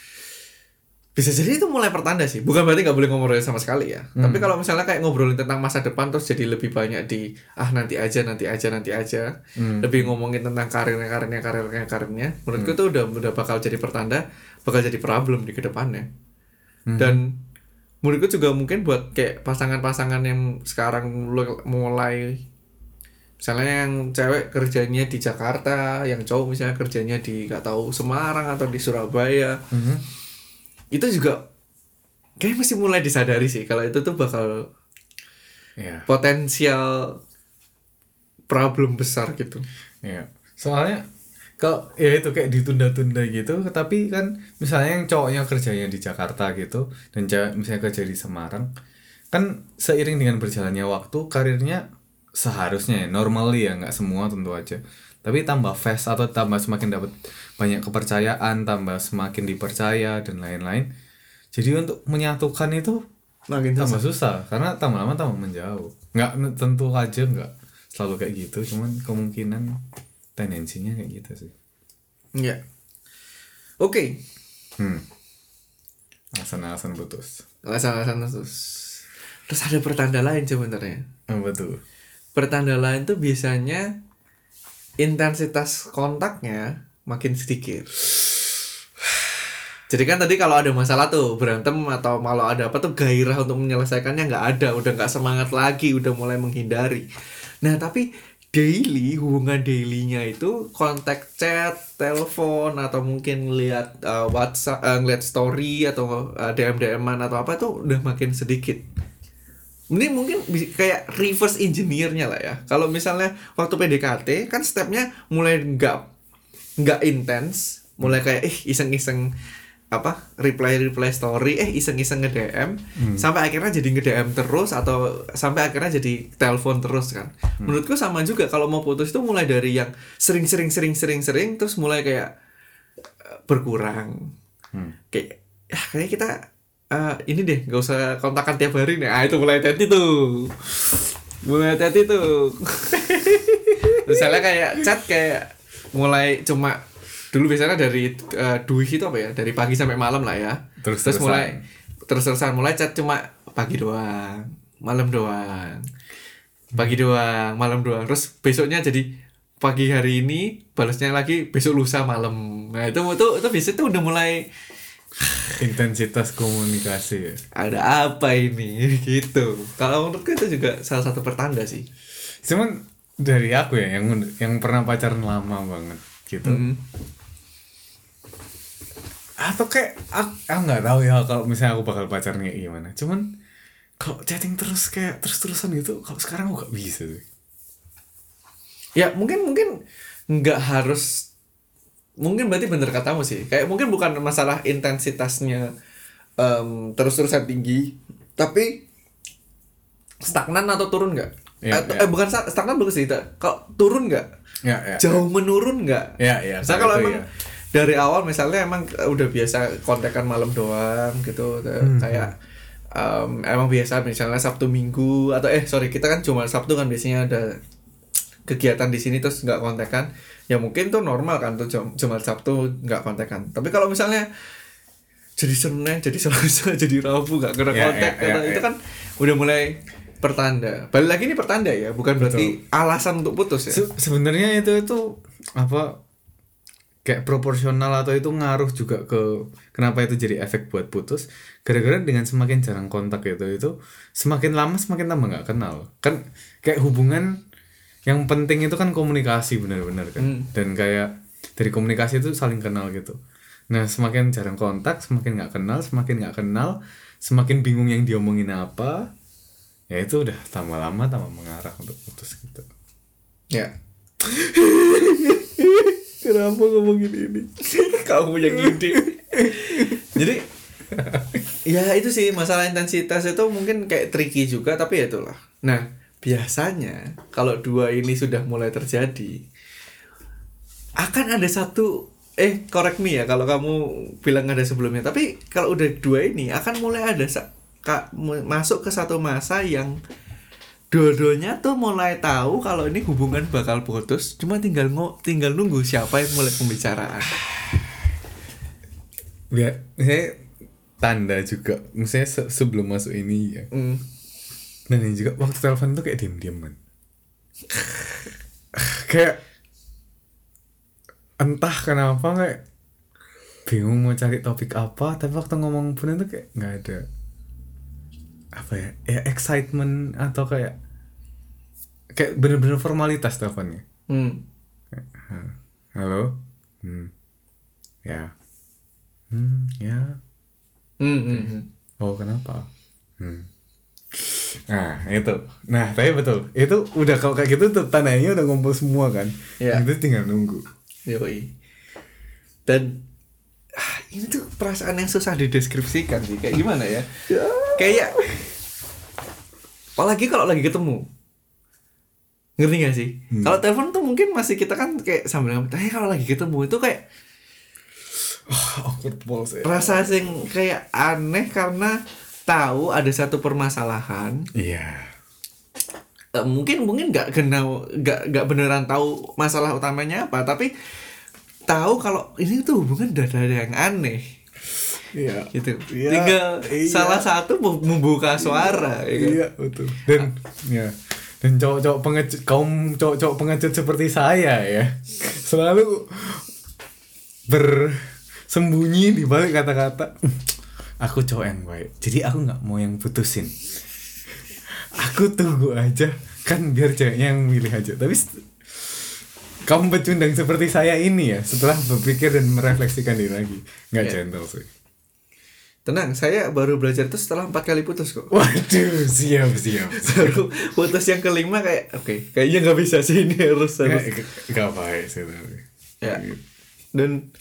bisa jadi itu mulai pertanda sih. Bukan berarti nggak boleh ngobrolin sama sekali ya, hmm. tapi kalau misalnya kayak ngobrolin tentang masa depan terus jadi lebih banyak di ah nanti aja nanti aja nanti aja hmm. lebih ngomongin tentang karirnya karirnya karirnya karirnya menurutku hmm. itu udah udah bakal jadi pertanda, bakal jadi problem di kedepannya. hmm. Dan menurutku juga mungkin buat kayak pasangan-pasangan yang sekarang mulai, misalnya yang cewek kerjanya di Jakarta, yang cowok misalnya kerjanya di nggak tahu Semarang atau di Surabaya, mm-hmm. itu juga kayak mesti mulai disadari sih kalau itu tuh bakal yeah. potensial problem besar gitu. Yeah. Soalnya kalau ya itu kayak ditunda-tunda gitu, tapi kan misalnya yang cowoknya kerjanya di Jakarta gitu dan cewek misalnya kerja di Semarang, kan seiring dengan berjalannya waktu karirnya seharusnya ya normally ya, nggak semua tentu aja, tapi tambah fast atau tambah semakin dapat banyak kepercayaan, tambah semakin dipercaya dan lain-lain. Jadi untuk menyatukan itu makin tambah susah karena tambah lama tambah menjauh. Nggak tentu aja nggak selalu kayak gitu, cuman kemungkinan tendensinya kayak gitu sih. Iya. Oke. Okay. Hmm. Alasan-alasan putus. Alasan-alasan putus. Terus ada pertanda lain sebenarnya. Oh, betul. Pertanda lain tuh biasanya intensitas kontaknya makin sedikit. Jadi kan tadi kalau ada masalah tuh berantem atau malah ada apa tuh gairah untuk menyelesaikannya nggak ada, udah nggak semangat lagi, udah mulai menghindari. Nah tapi daily, hubungan dailynya itu kontak chat, telepon atau mungkin lihat uh, WhatsApp, uh, ngeliat story atau uh, D M D M-an atau apa tuh udah makin sedikit. Ini mungkin bi- kayak reverse engineer-nya lah ya. Kalau misalnya waktu P D K T kan stepnya mulai nggak nggak intens, mulai kayak eh iseng-iseng apa reply reply story, eh iseng-iseng nge-D M, Hmm. sampai akhirnya jadi nge-D M terus atau sampai akhirnya jadi telepon terus kan. Hmm. Menurutku sama juga kalau mau putus itu mulai dari yang sering-sering sering-sering sering terus mulai kayak eh, berkurang. Hmm. Kayak ya kayak kita eh, ini deh nggak usah kontakan tiap hari nih. Ah itu mulai hati tuh. Mulai hati tuh. Misalnya kayak chat kayak mulai cuma dulu biasanya dari uh, duih itu apa ya, dari pagi sampai malam lah ya, Terus terus mulai terus terusan mulai chat cuma pagi doang, malam doang, pagi doang, malam doang, terus besoknya jadi pagi hari ini balasnya lagi besok lusa malam. Nah itu itu itu biasanya tuh udah mulai Intensitas komunikasi ya. ada apa ini gitu. Kalau menurutku itu juga salah satu pertanda sih. Cuman dari aku ya yang yang pernah pacaran lama banget gitu. Mm. Atau kayak aku, aku nggak tahu ya kalau misalnya aku bakal pacaran kayak gimana. Cuman kalau chatting terus kayak terus-terusan gitu, kalau sekarang aku gak bisa tuh. Ya mungkin mungkin nggak harus, mungkin berarti bener katamu sih, kayak mungkin bukan masalah intensitasnya em, terus-terusan tinggi, tapi stagnan atau turun nggak? Ya, Atau- ya. eh bukan sta- stagnan bagus sih, tak- kalau turun nggak? Ya, ya. Jauh menurun nggak? Ya, ya. Misalnya kalau itu emang ya. dari awal misalnya emang udah biasa kontekan malam doang gitu, Hmm. kayak em, emang biasa misalnya Sabtu Minggu atau eh sorry kita kan cuma Sabtu kan biasanya ada kegiatan di sini terus nggak kontekan, ya mungkin tuh normal kan tuh Jum- Jumat Sabtu nggak kontekan. Tapi kalau misalnya jadi Senin, jadi Selasa, jadi Rabu nggak kena Ya, kontak, ya, ya, itu ya. kan udah mulai pertanda. Balik lagi ini pertanda ya, bukan berarti alasan untuk putus ya. Se- sebenarnya itu itu apa kayak proporsional atau itu ngaruh juga ke kenapa itu jadi efek buat putus, gara-gara dengan semakin jarang kontak itu itu semakin lama semakin tambah nggak kenal kan. Kayak hubungan yang penting itu kan komunikasi benar-benar kan. Hmm. Dan kayak dari komunikasi itu saling kenal gitu. Nah semakin jarang kontak semakin nggak kenal, semakin nggak kenal semakin bingung yang diomongin apa, ya itu udah tambah lama tambah mengarah untuk putus gitu. Ya. Kenapa ngomongin ini? Kamu yang ide. Jadi ya itu sih masalah intensitas itu mungkin kayak tricky juga, tapi ya itulah. Nah, biasanya kalau dua ini sudah mulai terjadi akan ada satu eh correct me ya kalau kamu bilang ada sebelumnya, tapi kalau udah dua ini akan mulai ada sa- ka- mu- masuk ke satu masa yang dua-duanya tuh mulai tahu kalau ini hubungan bakal putus, cuma tinggal ngo tinggal nunggu siapa yang mulai pembicaraan. Ya, saya tanda juga, misalnya se- sebelum masuk ini ya. Hmm. Dan ini juga waktu telepon tuh kayak diem-dieman. Kayak entah kenapa kayak bingung mau cari topik apa, tapi waktu ngomong pun itu kayak nggak ada apa ya, ya excitement atau kayak kayak bener-bener formalitas teleponnya. Hmm. Halo, hmm, ya, hmm, ya, Hmm, hmm, hmm. oh kenapa, hmm. Nah itu, nah tapi betul, itu udah kalau kayak gitu tuh tandanya udah ngumpul semua kan, Iya. itu tinggal nunggu. Yoi. Dan ah, ini tuh perasaan yang susah dideskripsikan sih. Kayak gimana ya? Kayak apalagi kalau lagi ketemu. Ngerti gak sih? Hmm. Kalau telepon tuh mungkin masih kita kan kayak sambil ngomong, "Eh kalau lagi ketemu itu kayak Awkward balls ya. rasa sing kayak aneh karena tahu ada satu permasalahan." Iya. Eh, mungkin mungkin nggak kenal nggak nggak beneran tahu masalah utamanya apa, tapi tahu kalau ini tuh hubungan udah ada yang aneh Iya. gitu. Iya, Tinggal iya. salah satu mem- membuka suara ya kan? Iya betul. Dan ya dan cowok-cowok pengecut, kaum cowok-cowok pengecut seperti saya ya selalu bersembunyi di balik kata-kata aku cowok yang baik, jadi aku nggak mau yang putusin. Aku tunggu aja kan biar ceweknya yang milih aja. Tapi st- kaum pecundang seperti saya ini ya setelah berpikir dan merefleksikan diri lagi nggak Iya. gentle sih. Tenang, saya baru belajar itu setelah empat kali putus kok. Waduh, siap siap. Baru putus yang kelima kayak oke, okay, kayaknya nggak bisa sih ini harus harus. Gak baik sih. Ya. Dan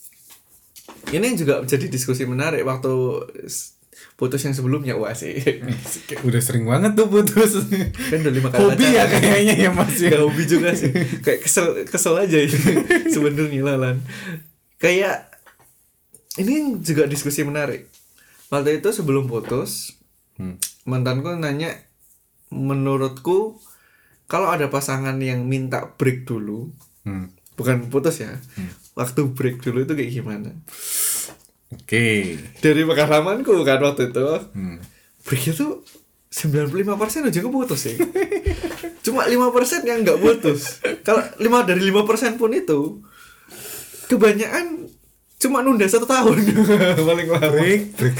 ini juga jadi diskusi menarik waktu putus yang sebelumnya. Wah sih. Udah sering banget tuh putus. Kan udah lima kali hobi ya kayaknya ya Mas ya. Gak hobi juga sih. Kayak kesel kesel aja ya. Sebenarnya Lalan. Kayak ini juga diskusi menarik. Waktu itu sebelum putus, hmm. mantanku nanya, menurutku kalau ada pasangan yang minta break dulu, hmm. bukan putus ya, hmm. waktu break dulu itu kayak gimana? Oke. Okay. Dari pengalamanku kan waktu itu, hmm. break itu sembilan puluh lima persen aja putus ya. Cuma lima persen yang nggak putus. Kalau lima dari lima persen pun itu, kebanyakan cuma nunda satu tahun paling lama. Break, break.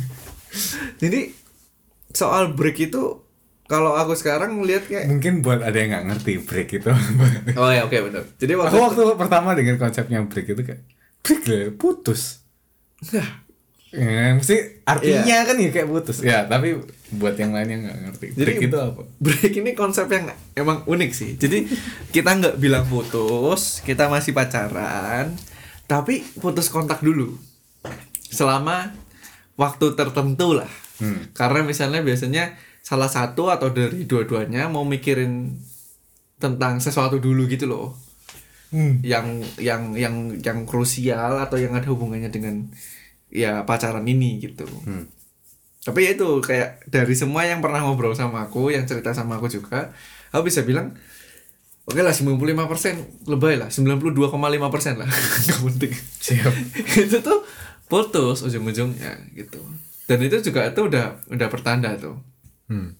Jadi soal break itu kalau aku sekarang ngeliat kayak mungkin buat ada yang nggak ngerti break itu. Oh ya oke okay, benar. Jadi waktu aku waktu itu, pertama dengan konsepnya break itu kayak break lah putus. Nah, ya, mesti artinya yeah. kan ya kayak putus. Ya tapi buat yang lain yang nggak ngerti break jadi, itu apa? Break ini konsep yang emang unik sih. Jadi kita nggak bilang putus, kita masih pacaran. Tapi putus kontak dulu selama waktu tertentu lah. Hmm. Karena misalnya biasanya salah satu atau dari dua-duanya mau mikirin tentang sesuatu dulu gitu loh. Hmm. Yang yang yang yang krusial atau yang ada hubungannya dengan ya pacaran ini gitu. Hmm. Tapi ya itu kayak dari semua yang pernah ngobrol sama aku, yang cerita sama aku juga, aku bisa bilang oke lah sembilan puluh lima persen lebay lah, sembilan puluh dua koma lima persen lah. Gak penting. Siap. Itu tuh putus ujung-ujungnya gitu. Dan itu juga itu udah udah pertanda tuh. Hmm.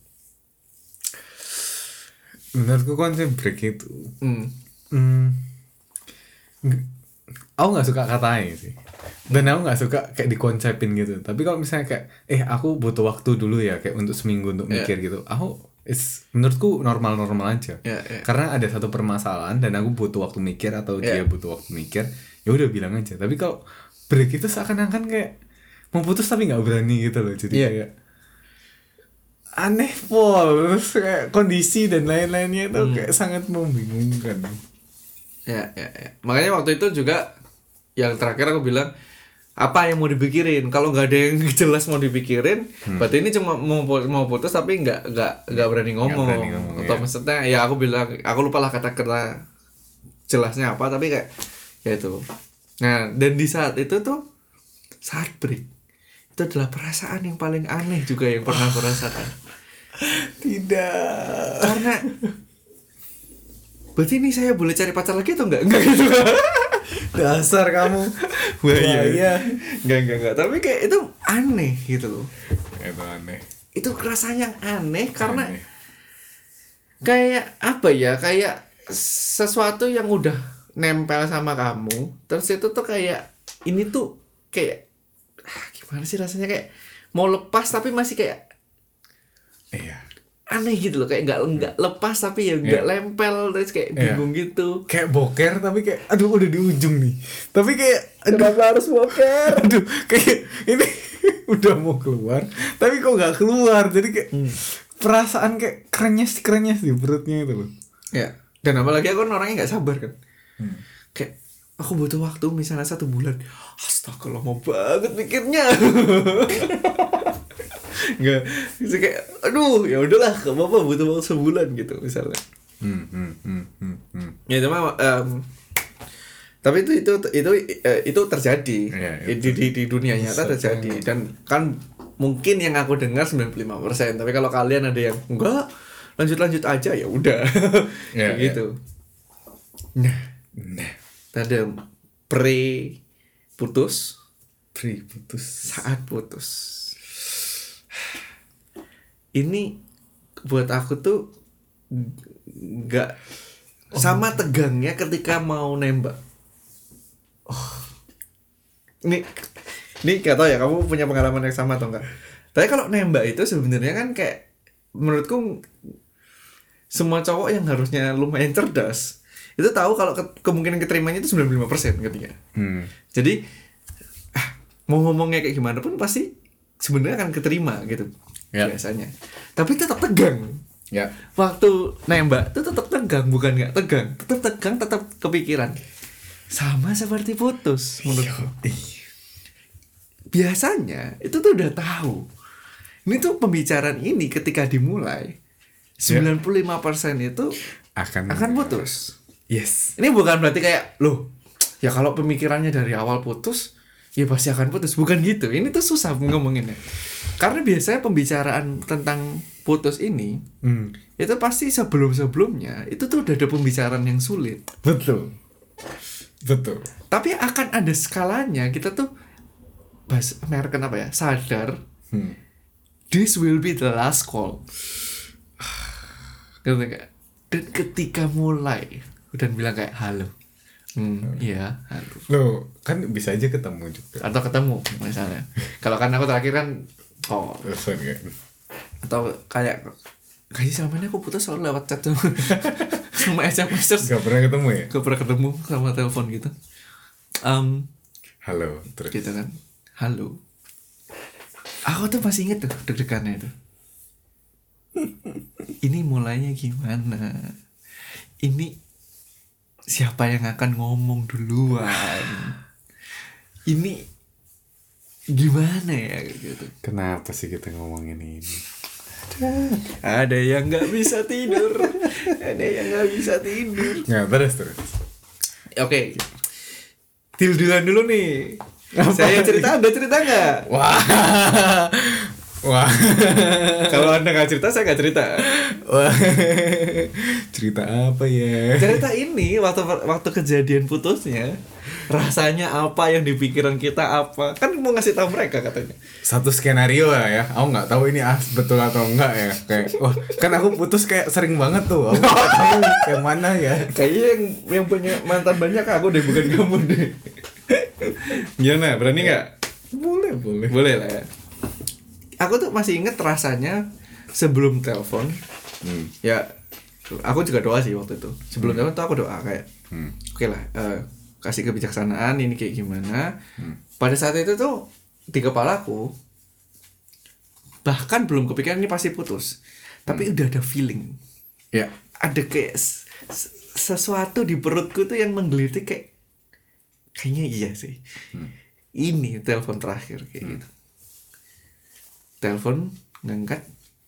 Menurutku konsep break itu. Hmm. Hmm. Aku nggak suka katanya sih. Dan aku nggak suka kayak dikonsepin gitu. Tapi kalau misalnya kayak, eh aku butuh waktu dulu ya kayak untuk seminggu untuk mikir yeah. gitu. Aku It's, menurutku normal-normal aja. Yeah, yeah. Karena ada satu permasalahan dan aku butuh waktu mikir atau yeah. dia butuh waktu mikir, ya udah bilang aja. Tapi kalau break itu seakan-akan kayak mau putus tapi nggak berani gitu loh. Jadi yeah. kayak aneh pol, terus kayak kondisi dan lain-lainnya itu hmm. kayak sangat membingungkan. Ya, ya, ya. Makanya waktu itu juga yang terakhir aku bilang apa yang mau dipikirin, kalau nggak ada yang jelas mau dipikirin, hmm. berarti ini cuma mau mau putus tapi nggak nggak nggak berani ngomong, gak berani ngomong atau ya. Maksudnya ya aku bilang aku lupa lah kata-kata jelasnya apa tapi kayak ya itu. Nah dan di saat itu tuh saat break itu adalah perasaan yang paling aneh juga yang pernah aku rasakan. Tidak. Karena berarti ini saya boleh cari pacar lagi atau enggak? Enggak gitu. Dasar kamu. Bahaya. Iya. Enggak enggak enggak. Tapi kayak itu aneh gitu loh. Itu aneh. Itu rasanya aneh karena aneh. Kayak apa ya? Kayak sesuatu yang udah nempel sama kamu, terus itu tuh kayak ini tuh kayak ah, gimana sih rasanya kayak mau lepas tapi masih kayak iya. Aneh gitu loh, kayak nggak nggak lepas tapi ya nggak yeah. lempel terus kayak bingung yeah. gitu. Kayak boker tapi kayak aduh udah di ujung nih. Tapi kayak aduh kenapa harus boker? Aduh kayak ini udah mau keluar tapi kok nggak keluar. Jadi kayak hmm. perasaan kayak krenyes krenyes di perutnya itu loh. Ya. Dan apalagi aku kan orangnya nggak sabar kan. Hmm. Kayak aku butuh waktu misalnya satu bulan. Astaga lama banget mikirnya. Nggak, bisa kayak, aduh, ya udahlah, gak apa-apa butuh waktu sebulan gitu misalnya. Hmm, hmm, hmm, hmm, hmm. Ya cuma, um, tapi itu itu itu uh, itu terjadi ya, itu. Di, di di dunia nyata terjadi dan kan mungkin yang aku dengar sembilan puluh lima persen tapi kalau kalian ada yang enggak lanjut lanjut aja ya udah ya, gitu. Ya. Nah, nah, tadi pre putus, pre putus, saat putus. Ini buat aku tuh nggak oh. sama tegangnya ketika mau nembak. Oh. Ini ini gak tau ya kamu punya pengalaman yang sama atau enggak. Tapi kalau nembak itu sebenarnya kan kayak menurutku semua cowok yang harusnya lumayan cerdas itu tahu kalau ke- kemungkinan keterimanya itu sembilan puluh lima persen ketika. Hmm. Jadi ah mau ngomongnya kayak gimana pun pasti sebenarnya akan keterima gitu Ya. biasanya. Tapi tetap tegang. Ya. Waktu nembak tuh tetap tegang, bukan nggak tegang, tetap tegang, tetap kepikiran. Sama seperti putus menurutku. Biasanya itu tuh udah tahu. Ini tuh pembicaraan ini ketika dimulai sembilan puluh lima persen itu Akan akan putus. Yes. Ini bukan berarti kayak loh, ya kalau pemikirannya dari awal putus, ya pasti akan putus. Bukan gitu. Ini tuh susah ngomonginnya. Karena biasanya pembicaraan tentang putus ini Hmm. itu pasti sebelum-sebelumnya itu tuh udah ada pembicaraan yang sulit. Betul. Betul. Tapi akan ada skalanya. Kita tuh bahas American apa ya? Sadar. Hmm. This will be the last call. Gitu kayak. Dan ketika mulai dan bilang kayak halo. Hmm, iya, halo. Loh, kan bisa aja ketemu juga. Atau ketemu misalnya. Kalau kan aku terakhir kan oh, Telepon kan. atau kayak kayaknya selama ini aku putus selalu lewat chat tuh. Sama S M S terus Gak pernah ketemu ya? gak pernah ketemu sama telepon gitu. Um, Halo, terus. gitu kan. Halo. Aku tuh masih inget tuh deg-degannya itu. Ini mulainya gimana? Ini siapa yang akan ngomong duluan? Ini gimana ya gitu. Kenapa sih kita ngomongin ini? Ada yang nggak bisa tidur, ada yang nggak bisa tidur. Nggak, terus terus. Oke, deal dealan dulu nih. Saya cerita, ada cerita nggak? Wah, wah. Kalau anda nggak cerita, saya nggak cerita. Wah. Cerita apa ya? Cerita ini waktu waktu kejadian putusnya, rasanya apa, yang di pikiran kita apa? Kan mau ngasih tahu mereka katanya. Satu skenario lah ya. Aku nggak tahu ini as betul atau enggak ya. Kayak, wah, kan aku putus kayak sering banget tuh. Aku nggak tahu yang mana ya. Kayaknya yang yang punya mantan banyak aku deh, bukan kamu deh. Gimana? Berani nggak? Boleh, boleh. Boleh lah ya. Aku tuh masih inget rasanya sebelum telepon. Hmm. Ya, aku juga doa sih waktu itu. Sebelum Hmm. telepon tuh aku doa kayak, Hmm. oke lah, eh, kasih kebijaksanaan ini kayak gimana. Hmm. Pada saat itu tuh di kepalaku bahkan belum kepikiran ini pasti putus, tapi udah ada feeling. Ya. Ada kayak s- s- sesuatu di perutku tuh yang menggelitik kayak kayaknya iya sih. Hmm. Ini telepon terakhir kayak Hmm. gitu. Telepon ngangkat.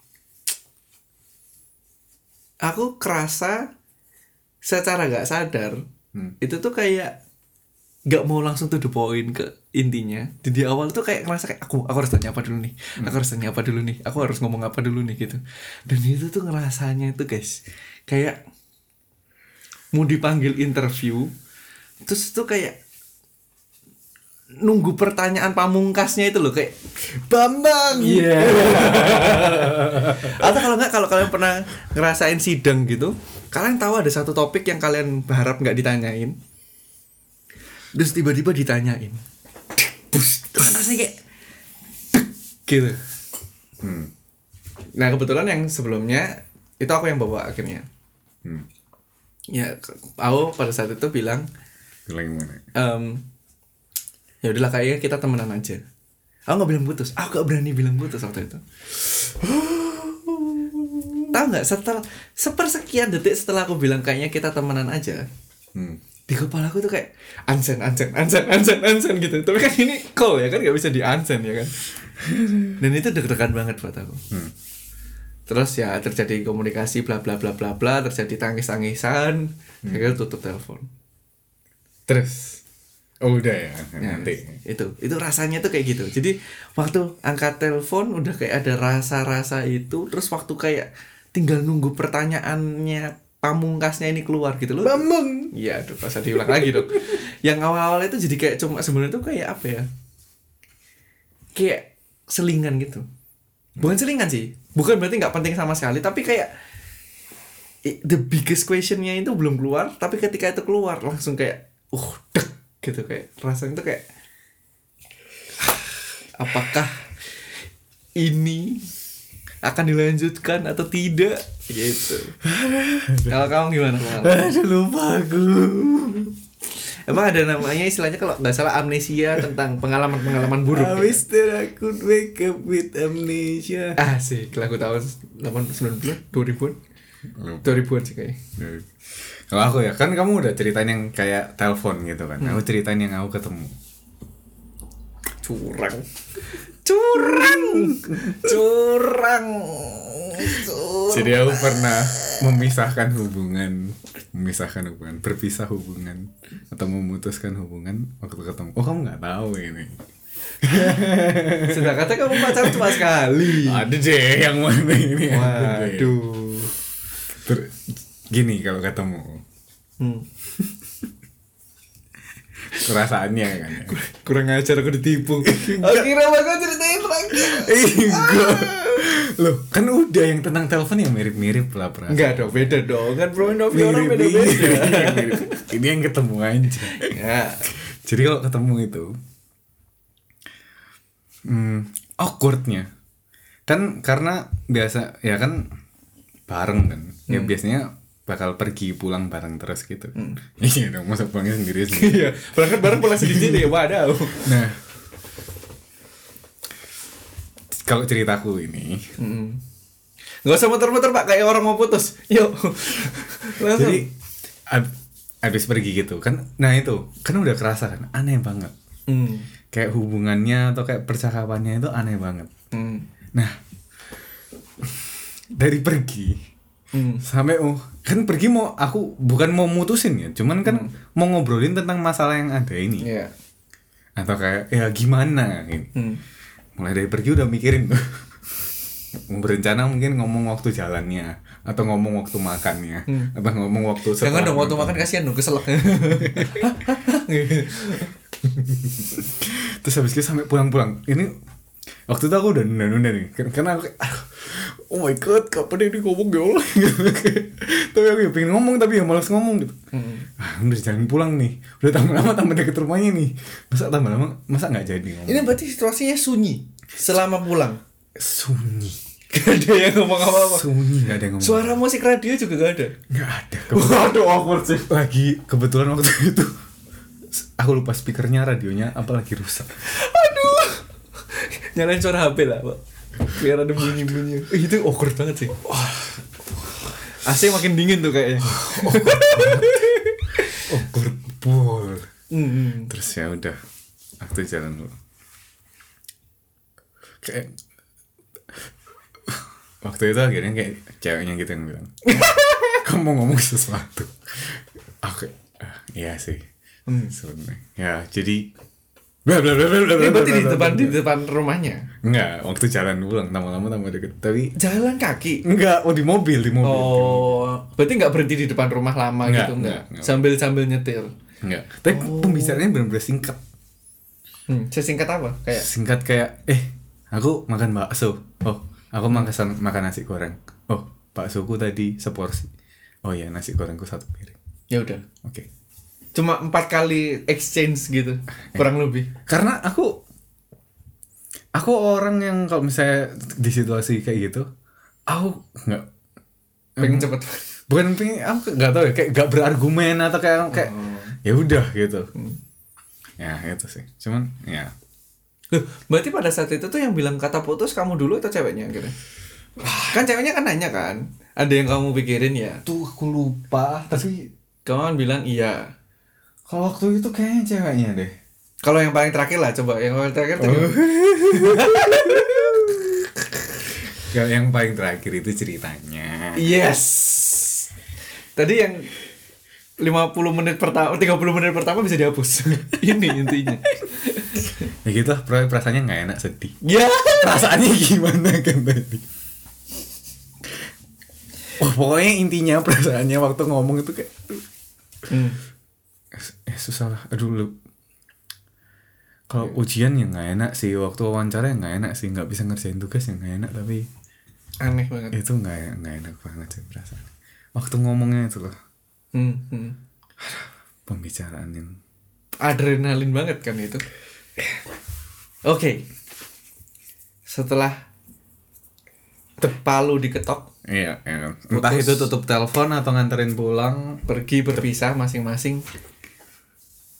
Aku kerasa secara gak sadar Hmm. itu tuh kayak gak mau langsung to the point ke intinya. Di awal tuh kayak ngerasa kayak aku aku harus tanya apa dulu nih. Aku harus tanya apa dulu nih. Aku harus ngomong apa dulu nih gitu. Dan itu tuh ngerasanya itu guys kayak mau dipanggil interview, terus tuh kayak nunggu pertanyaan pamungkasnya itu loh, kayak Bambang. Iya. Atau kalau nggak, kalau kalian pernah ngerasain sidang gitu, kalian tahu ada satu topik yang kalian berharap nggak ditanyain, terus tiba-tiba ditanyain. Terus rasanya kayak gitu. Hmm. Nah kebetulan yang sebelumnya itu aku yang bawa akhirnya. Hmm. Ya aku pada saat itu bilang, Bilang gimana? em, ya udahlah kayaknya kita temenan aja. Aku nggak bilang putus, aku nggak berani bilang putus waktu itu. Tahu nggak, setelah sepersekian detik setelah aku bilang kayaknya kita temenan aja, Hmm. di kepala aku tuh kayak ansen ansen ansen ansen ansen gitu. Tapi kan ini call ya kan, nggak bisa di ansen ya kan. Dan itu deg-degan banget buat aku. Hmm. Terus ya terjadi komunikasi bla bla bla bla bla, terjadi tangis-tangisan, akhirnya tutup telepon. Terus oh udah ya, Ya, nanti. itu itu rasanya tuh kayak gitu. Jadi waktu angkat telepon udah kayak ada rasa-rasa itu, terus waktu kayak tinggal nunggu pertanyaannya pamungkasnya ini keluar gitu loh. Bambang. Iya, aduh, pas diulang lagi dong. Yang awal-awal itu jadi kayak cuma sebenarnya tuh kayak apa ya? Kayak selingan gitu. Bukan selingan sih. Bukan berarti nggak penting sama sekali, tapi kayak i- the biggest questionnya itu belum keluar, tapi ketika itu keluar langsung kayak uh dek gitu, kayak rasanya tuh kayak apakah ini akan dilanjutkan atau tidak gitu. Kalau kamu gimana? Kamal? Aduh lupa aku. Emang ada namanya istilahnya kalau nggak salah amnesia tentang pengalaman-pengalaman buruk. I wish that I could wake up with amnesia. Ah sih, lagu tahun delapan puluh sembilan puluh dua ribuan. dua ribuan sih kayaknya. Kalau aku ya, kan kamu udah ceritain yang kayak telepon gitu kan. Hmm. Aku ceritain yang aku ketemu. Curang. Curang. Curang. Curang. Jadi aku pernah memisahkan hubungan, memisahkan hubungan, berpisah hubungan atau memutuskan hubungan waktu ketemu. Oh, kamu nggak tahu ini. Sudah kata kamu pacaran cuma sekali. Ada deh yang mana ini. Waduh. Ter- gini kalau ketemu. Hmm. Perasaannya kan ya. Kurang ajar aku ditipu. Akhirnya bakal ceritain lagi. Enggak. Loh, kan udah yang tentang telepon yang mirip-mirip lah perasaan. Enggak dong, beda dong. Kan Bro Novi orang beda-beda. Ini yang ketemu aja. Ya. Jadi kalau ketemu itu hmm, awkwardnya kan karena biasa ya kan bareng kan. Ya Hmm. biasanya bakal pergi pulang bareng terus gitu. Hmm. Iya dong, masa pulangnya sendiri sendiri. Iya, berangkat bareng pulang sendiri ya, waduh. Nah, kalau ceritaku ini, Hmm. Gak usah muter-muter Pak, kayak orang mau putus. Yuk. Langsung. jadi ab- abis pergi gitu kan, nah itu kan udah kerasa kan, aneh banget. Hmm. Kayak hubungannya atau kayak percakapannya itu aneh banget. Hmm. Nah, dari pergi Hmm. sampai oh kan pergi mau aku bukan mau mutusin ya, cuman kan hmm. mau ngobrolin tentang masalah yang ada ini. Iya. Atau kayak ya gimana gitu. Hmm. Mulai dari pergi udah mikirin tuh. Berencana mungkin ngomong waktu jalannya atau ngomong waktu makannya hmm. atau ngomong waktu jangan dong waktu makan, kasihan dong keselak. Terus habis itu sampai pulang-pulang ini waktu itu aku udah nunda-nunda nih karena aku kayak, oh my god kapan ini ngomong ya Allah. Tapi aku ya pengen ngomong tapi ya malas ngomong gitu. hmm. Ah, udah jalan pulang nih, udah tambah lama tambah deket rumahnya nih, masa tambah lama masa nggak jadi ngomong. Ini berarti situasinya sunyi selama pulang. Sunyi, gak ada yang ngomong apa-apa. Sunyi, gak ada yang ngomong. Suara musik radio juga gak ada. Gak ada. Waduh, awkward sih. Lagi kebetulan waktu itu aku lupa speakernya, radionya apalagi rusak. Aduh. Nyalain suara H P lah, Pak. Biar ada bunyi-bunyi. Eh, itu awkward banget sih. Wah. A C makin dingin tuh kayaknya. Awkward pol. Mm-hmm. Terus ya udah, waktu jalan dulu. Kayak waktu itu akhirnya kayak ceweknya gitu yang bilang, kamu ngomong sesuatu. Oke, uh, iya sih. Hmm. Sebenarnya. Ya jadi. Ini berarti di depan di depan rumahnya. Enggak, waktu jalan pulang lama-lama tambah deket. Tapi jalan kaki. Enggak, oh di mobil, di mobil. Oh, di mobil. Berarti enggak berhenti di depan rumah lama enggak, gitu enggak? enggak, enggak. Sambil-sambil nyetir. Enggak. Tapi oh. Pembicaraannya benar-benar singkat. Hmm, sesingkat apa? Kayak singkat kayak eh aku makan bakso. Oh, aku makan makan nasi goreng. Oh, baksoku tadi seporsi. Oh ya, nasi gorengku satu piring. Ya udah. Oke. Okay. Cuma empat kali exchange gitu, kurang eh, lebih. Karena aku aku orang yang kalau misalnya di situasi kayak gitu, aku nggak pengen um, cepet. Bukan pengen, aku nggak tahu ya, kayak nggak berargumen atau kayak kayak oh. Ya udah gitu. Hmm. Ya itu sih. Cuman ya. Loh, berarti pada saat itu tuh yang bilang kata putus kamu dulu atau ceweknya gitu? Kan ceweknya kan nanya kan, ada yang kamu pikirin ya? Tuh aku lupa. Tapi kamu kan bilang iya. Kalau waktu itu kayaknya ceweknya deh. Kalau yang paling terakhir lah, coba yang paling terakhir tuh. Oh. Kalau yang paling terakhir itu ceritanya. Yes. Tadi yang lima puluh menit pertama, tiga puluh menit pertama bisa dihapus. Ini intinya. Ya gitu, perasaannya nggak enak, sedih. Ya. Perasaannya gimana kan tadi? Oh, pokoknya intinya perasaannya waktu ngomong itu kayak. Hmm. Eh susah lah, aduh lu. Kalau yeah. Ujian ya nggak enak sih, waktu wawancara ya nggak enak sih, nggak bisa ngerjain tugas ya nggak enak, tapi aneh banget. Itu nggak nggak enak banget sih perasaan. Waktu ngomongnya itu loh. Hmm, hmm. Pembicaraan yang adrenalin banget kan itu. Oke. Okay. Setelah palu diketok. Iya, iya. Entah itu tutup telepon atau nganterin pulang, pergi berpisah masing-masing.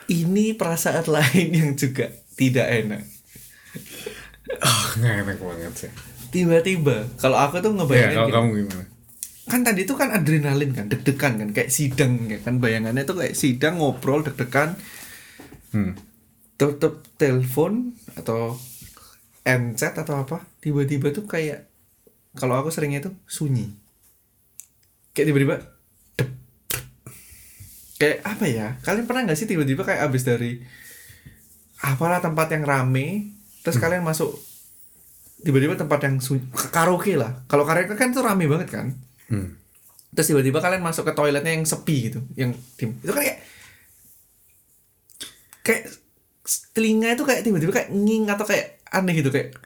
ini perasaan lain yang juga tidak enak. Oh, nggak enak banget sih. Tiba-tiba kalau aku tuh Ya, ngebayangin kalau gini, kamu gimana? kan tadi itu kan adrenalin kan, deg-degan kan, kayak sidang ya kan, bayangannya tuh kayak sidang, ngobrol, deg-degan, Hmm. tutup telepon atau handset atau apa, tiba-tiba tuh kayak, kalau aku seringnya tuh sunyi, kayak tiba-tiba dep. Kayak apa ya, kalian pernah nggak sih tiba-tiba kayak abis dari apalah tempat yang rame, terus Hmm. kalian masuk tiba-tiba tempat yang sunyi, karaoke lah, kalau karaoke kan tuh rame banget kan, Hmm. terus tiba-tiba kalian masuk ke toiletnya yang sepi gitu, yang dim, itu kan kayak kayak telinga itu kayak tiba-tiba kayak nging atau kayak aneh gitu, kayak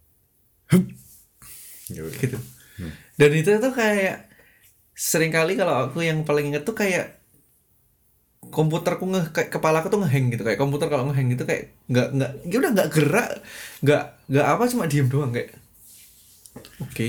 gitu. Hmm. Dan itu tuh kayak sering kali kalau aku yang paling inget tuh kayak komputerku nge kayak kepalaku tuh ngehang gitu, kayak komputer kalau ngehang gitu kayak nggak nggak ya udah nggak gerak, nggak nggak apa, cuma diem doang kayak oke.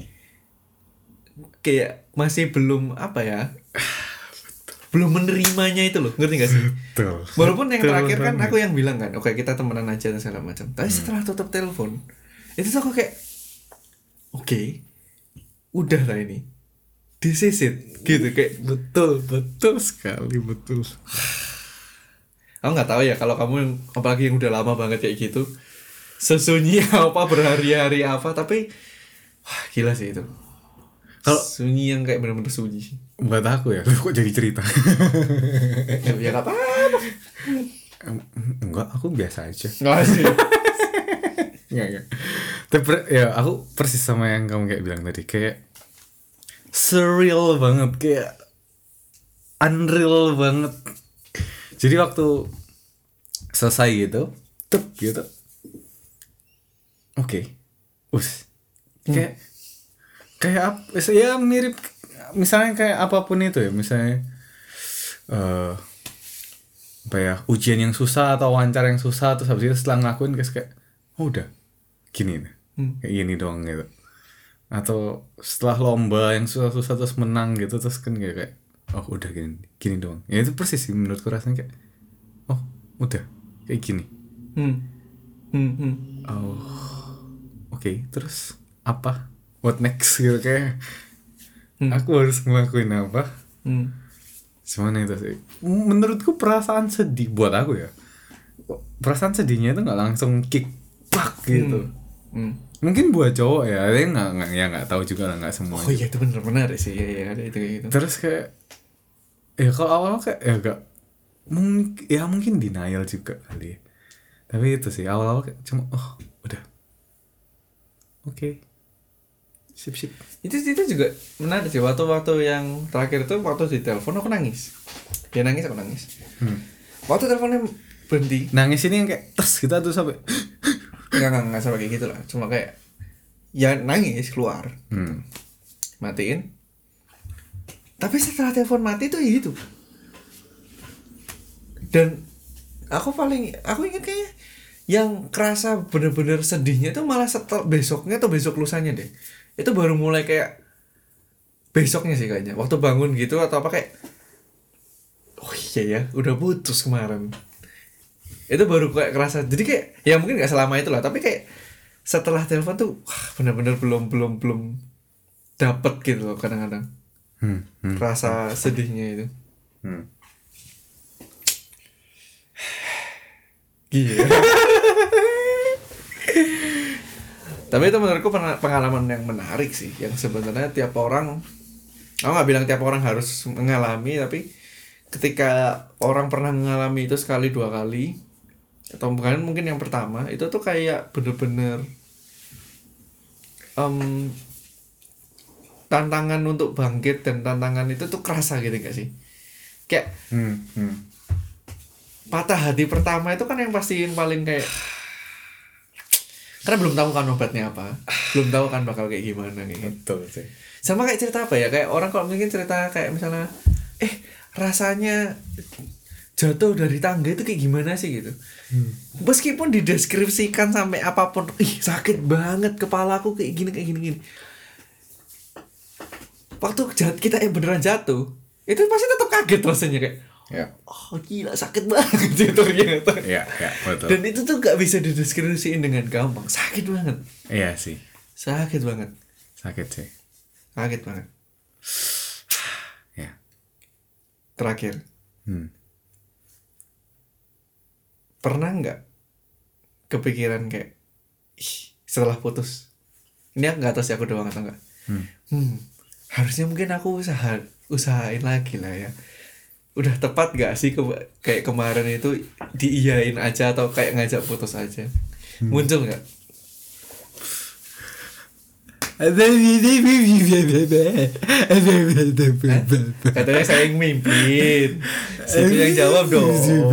Kayak masih belum apa ya, belum menerimanya itu loh, ngerti gak sih? Betul. Walaupun yang Betul terakhir kan banget. aku yang bilang kan, oke kita temenan aja dan segala macam. Tapi setelah tutup telepon, itu tuh aku kayak, oke, udah lah ini, this is it, gitu kayak. Betul, betul sekali, betul. Aku nggak tahu ya kalau kamu yang apalagi yang udah lama banget kayak gitu, sesunyi apa berhari-hari apa, tapi wah gila sih itu. Kalau- sunyi yang kayak bener-bener sunyi. Buat aku ya, kok jadi cerita? Ya ya nggak apa-apa. Em, Enggak, aku biasa aja. Nggak sih. Enggak, enggak. Tapi per- ya aku persis sama yang kamu kayak bilang tadi, kayak surreal banget, kayak unreal banget. Jadi waktu selesai gitu, tup gitu. Oke. Us. Kayak kayak apa? Ya mirip misalnya kayak apapun itu ya, misalnya eh apa ya, ujian yang susah atau wawancara yang susah, terus habis itu setelah ngelakuin guys kayak oh udah gini nih, Hmm. kayak gini doang gitu. Atau setelah lomba yang susah-susah terus menang gitu, terus kan kayak, kayak oh udah gini gini doang. Ya itu persis sih menurutku rasanya, kayak oh udah kayak gini. Hmm. Hmm. Hmm. Oh oke, terus apa, what next gitu, kayak Hmm. aku harus ngelakuin apa. Hmm. Gimana itu sih? Menurutku perasaan sedih buat aku ya. Perasaan sedihnya itu nggak langsung kick back gitu. Hmm. Mungkin buat cowok ya, dia nggak nggak ya nggak tahu juga lah, nggak semua. Oh iya itu bener-bener sih, ya, ya ada itu kayak gitu. Terus kayak ya kalau awal kayak ya gak mungkin, ya mungkin denial juga kali. Tapi itu sih awal-awal kayak cuma oh udah oke, sip sip. Itu itu juga menarik sih, waktu-waktu yang terakhir tuh waktu di telepon aku nangis. Dia nangis, aku nangis. Hmm. Waktu teleponnya berhenti, Nangis ini yang kayak tes kita tuh sampai nggak nggak nggak sampai kayak gitu lah, cuma kayak ya nangis keluar, hmm. matiin. Tapi setelah telepon mati tuh ya gitu. Dan aku paling aku ingat kayaknya yang kerasa bener-bener sedihnya tuh malah setelah besoknya atau besok lusanya deh. Itu baru mulai kayak besoknya sih kayaknya, waktu bangun gitu atau apa kayak oh iya ya udah putus kemarin. Itu baru kayak kerasa, jadi kayak ya mungkin nggak selama itu lah, tapi kayak setelah telepon tuh wah, bener-bener belum belum belum dapet gitu loh kadang-kadang Hmm. Hmm. rasa sedihnya itu. Hmm. Gila. Tapi itu menurutku pena- pengalaman yang menarik sih, yang sebenarnya tiap orang, aku nggak bilang tiap orang harus mengalami, tapi ketika orang pernah mengalami itu sekali dua kali atau bahkan mungkin yang pertama itu tuh kayak bener-bener em, tantangan untuk bangkit, dan tantangan itu tuh kerasa gitu gak sih, kayak Hmm. Hmm. patah hati pertama itu kan yang pasti yang paling kayak, karena belum tahu kan obatnya apa, belum tahu kan bakal kayak gimana kayak gitu. Betul sih. Sama kayak cerita apa ya, kayak orang kalau mungkin cerita kayak misalnya eh rasanya jatuh dari tangga itu kayak gimana sih gitu. Hmm. Meskipun dideskripsikan sampai apapun, ih sakit banget kepalaku kayak gini kayak gini gini. Waktu jat, kita yang beneran jatuh, itu pasti tetap kaget rasanya kayak Ya. Oh gila sakit banget itu ternyata. Iya, iya, betul. Dan itu tuh gak bisa dideskripsiin dengan gampang. Sakit banget. Iya sih. Sakit banget. Sakit sih. Sakit banget. Ya. Terakhir. Hmm. Pernah nggak kepikiran kayak ih, setelah putus ini aku nggak tahu sih aku doang atau enggak Hmm. hmm, harusnya mungkin aku usaha usahain lagi lah ya, udah tepat gak sih ke, kayak kemarin itu diiyain aja atau kayak ngajak putus aja. hmm. Muncul nggak? Katanya saya yang mimpin, situ yang jawab dong.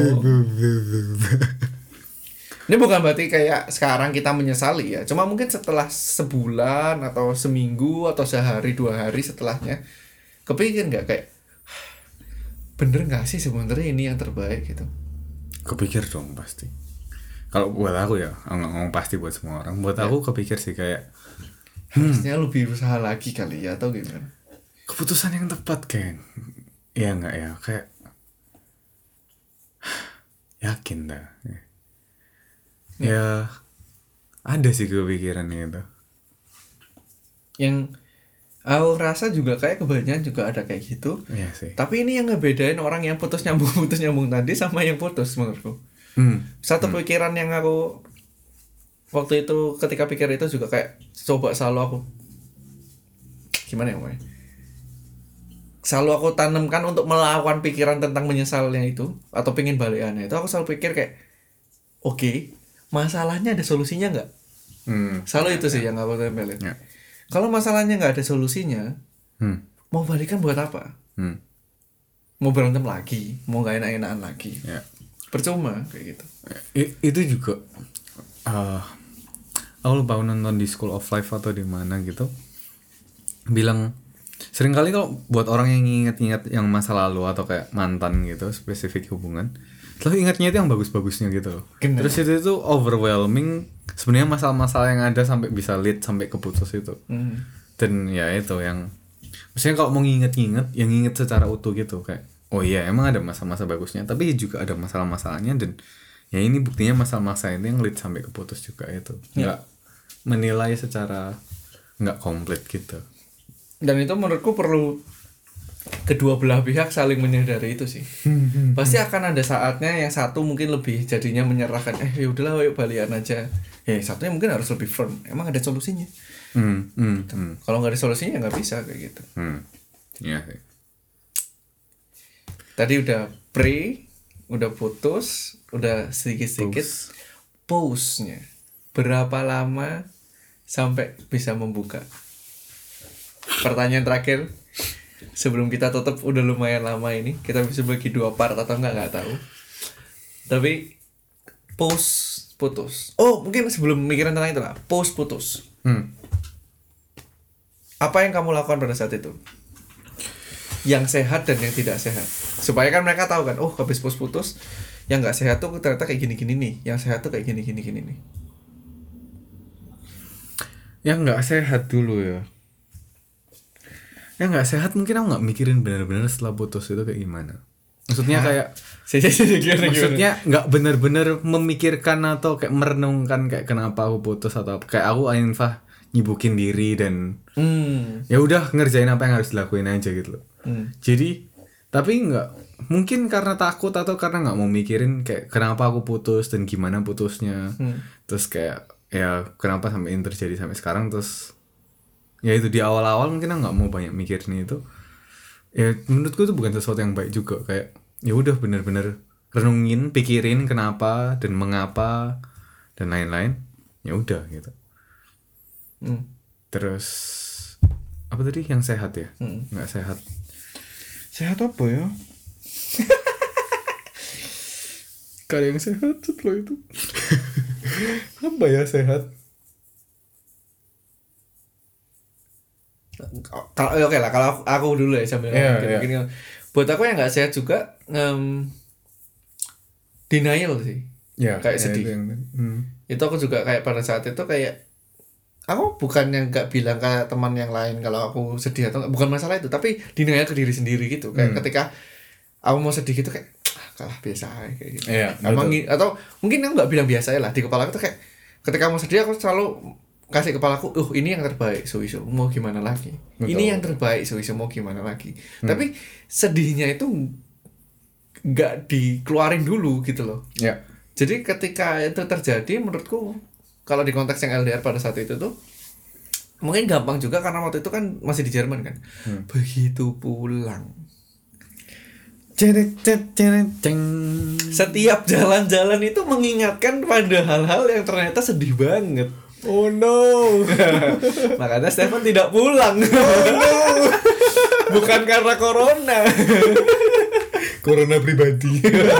Ini bukan berarti kayak sekarang kita menyesali ya, cuma mungkin setelah sebulan atau seminggu atau sehari dua hari setelahnya kepikir nggak kayak bener nggak sih sebenarnya ini yang terbaik gitu. Kepikir dong pasti. Kalau buat aku ya, nggak ngomong pasti buat semua orang. Buat aku kepikir sih kayak harusnya lebih berusaha lagi kali ya atau gimana? keputusan yang tepat kan. Ya nggak ya, kayak yakin dah. Ya ada sih kepikiran itu. Yang aku rasa juga kayak kebanyakan juga ada kayak gitu. Iya sih. Tapi ini yang ngebedain orang yang putus nyambung putus nyambung tadi sama yang putus menurutku. Hmm. Satu pikiran yang aku waktu itu ketika pikir itu juga kayak coba selalu aku gimana ya namanya? Selalu aku tanamkan untuk melawan pikiran tentang menyesalnya itu atau pengen balikannya itu, aku selalu pikir kayak oke, okay, masalahnya ada solusinya nggak? Hmm. Selalu itu sih yang aku tempelin. Ya. Kalau masalahnya nggak ada solusinya, Hmm. mau balikan buat apa? Hmm. Mau berantem lagi, mau nggak enak-enakan lagi, Ya. percuma kayak gitu. I- itu juga uh, aku lupa nonton di School of Life atau di mana gitu, bilang seringkali kalau buat orang yang inget-inget yang masa lalu atau kayak mantan gitu spesifik hubungan, selalu ingatnya itu yang bagus-bagusnya gitu loh. Bener. Terus itu tuh overwhelming sebenarnya masalah-masalah yang ada sampai bisa lead sampai ke putus itu. Hmm. Dan ya itu yang maksudnya kalau mau nginget-nginget yang nginget secara utuh gitu kayak oh iya emang ada masa-masa bagusnya tapi juga ada masalah-masalahnya, dan ya ini buktinya masalah-masalah itu yang lead sampai ke putus juga itu. Nggak menilai secara nggak komplit gitu. Dan itu menurutku perlu kedua belah pihak saling menyadari itu sih. Pasti akan ada saatnya yang satu mungkin lebih jadinya menyerahkan, eh ya udahlah yuk balikan aja. Ya satunya mungkin harus lebih firm. Emang ada solusinya. Hmm, hmm, hmm, Kalau nggak ada solusinya nggak bisa kayak gitu. hmm. Iya sih. Tadi udah pre, udah putus, udah sedikit-sedikit pause-nya. Berapa lama sampai bisa membuka? Pertanyaan terakhir sebelum kita tutup, udah lumayan lama ini. Kita bisa bagi dua part atau enggak enggak tahu. Tapi pause putus. Oh, mungkin sebelum mikirin tentang itu lah. Pause putus. Hmm. Apa yang kamu lakukan pada saat itu? Yang sehat dan yang tidak sehat. Supaya kan mereka tahu kan, oh habis pause putus, yang enggak sehat tuh ternyata kayak gini-gini nih. Yang sehat tuh kayak gini-gini gini nih. Yang nggak sehat dulu ya. Yang nggak sehat mungkin aku nggak mikirin benar-benar setelah putus itu kayak gimana. Maksudnya Hah? kayak gimana, maksudnya nggak benar-benar memikirkan atau kayak merenungkan kayak kenapa aku putus atau apa. Kayak aku Ainfah nyibukin diri dan hmm. ya udah ngerjain apa yang harus dilakuin aja gitu loh. Hmm. Jadi tapi nggak mungkin karena takut atau karena nggak mau mikirin kayak kenapa aku putus dan gimana putusnya. Hmm. Terus kayak ya kenapa sampai ini terjadi sampai sekarang, terus ya itu di awal-awal mungkin aku nggak mau banyak mikirin itu. Ya menurutku itu bukan sesuatu yang baik juga, kayak ya udah bener-bener renungin, pikirin kenapa dan mengapa dan lain-lain. Ya udah gitu. Hmm. Terus apa tadi yang sehat ya? Hmm. Nggak sehat. Sehat apa ya? Kalau yang sehat setelah itu apa ya sehat? Kalau oke lah, kalau aku, aku dulu ya sambil yeah, mikir, yeah. Buat aku yang nggak sehat juga um, denial sih. Ya, kayak ya, sedih. Itu, yang, hmm. itu aku juga kayak pada saat itu kayak aku bukan yang nggak bilang ke teman yang lain kalau aku sedih atau bukan masalah itu, tapi denial ke diri sendiri gitu. Kayak hmm. ketika aku mau sedih gitu kayak ah, kalah biasa aja kayak gitu. Iya, Emang betul. i- atau mungkin aku nggak bilang biasa ya lah, di kepala aku tuh kayak ketika mau sedih aku selalu kasih kepalaku, uh ini yang terbaik so-so mau gimana lagi, Betul, ini yang betul. terbaik so-so mau gimana lagi. Tapi sedihnya itu nggak dikeluarin dulu gitu loh. Ya. Jadi ketika itu terjadi menurutku kalau di konteks yang L D R pada saat itu tuh mungkin gampang juga karena waktu itu kan masih di Jerman kan. Begitu pulang Ceret cet ceret ceng. setiap jalan-jalan itu mengingatkan pada hal-hal yang ternyata sedih banget. Oh no. Makanya Stefan tidak pulang. Oh no. Bukan karena corona. Corona pribadi.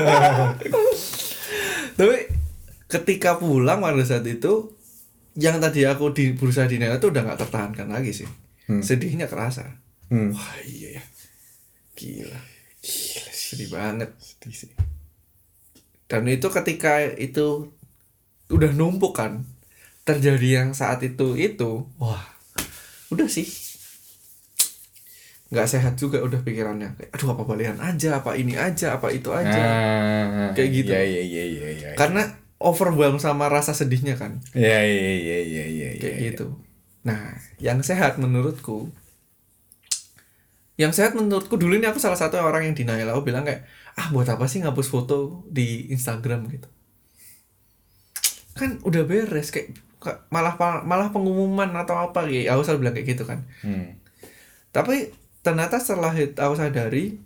Tapi ketika pulang pada saat itu yang tadi aku di berusaha denial itu udah nggak tertahankan lagi sih. Hmm. Sedihnya kerasa. Hmm. Wah iya ya. Gila. Gila sedih banget. Sedih sih. Dan itu ketika itu udah numpuk kan, terjadi yang saat itu itu, wah, udah sih, nggak sehat juga udah pikirannya. Kayak, aduh apa balian aja, apa ini aja, apa itu aja, Ah, kayak gitu. Iya iya iya iya iya. Karena overwhelmed sama rasa sedihnya kan, Iya iya iya iya iya. kayak iya. gitu. Nah, yang sehat menurutku, yang sehat menurutku dulu ini aku salah satu orang yang denial. Aku bilang kayak, ah buat apa sih ngapus foto di Instagram gitu. Kan udah beres kayak malah malah pengumuman atau apa gitu. Aku selalu bilang kayak gitu kan. Hmm. Tapi ternyata setelah itu aku sadari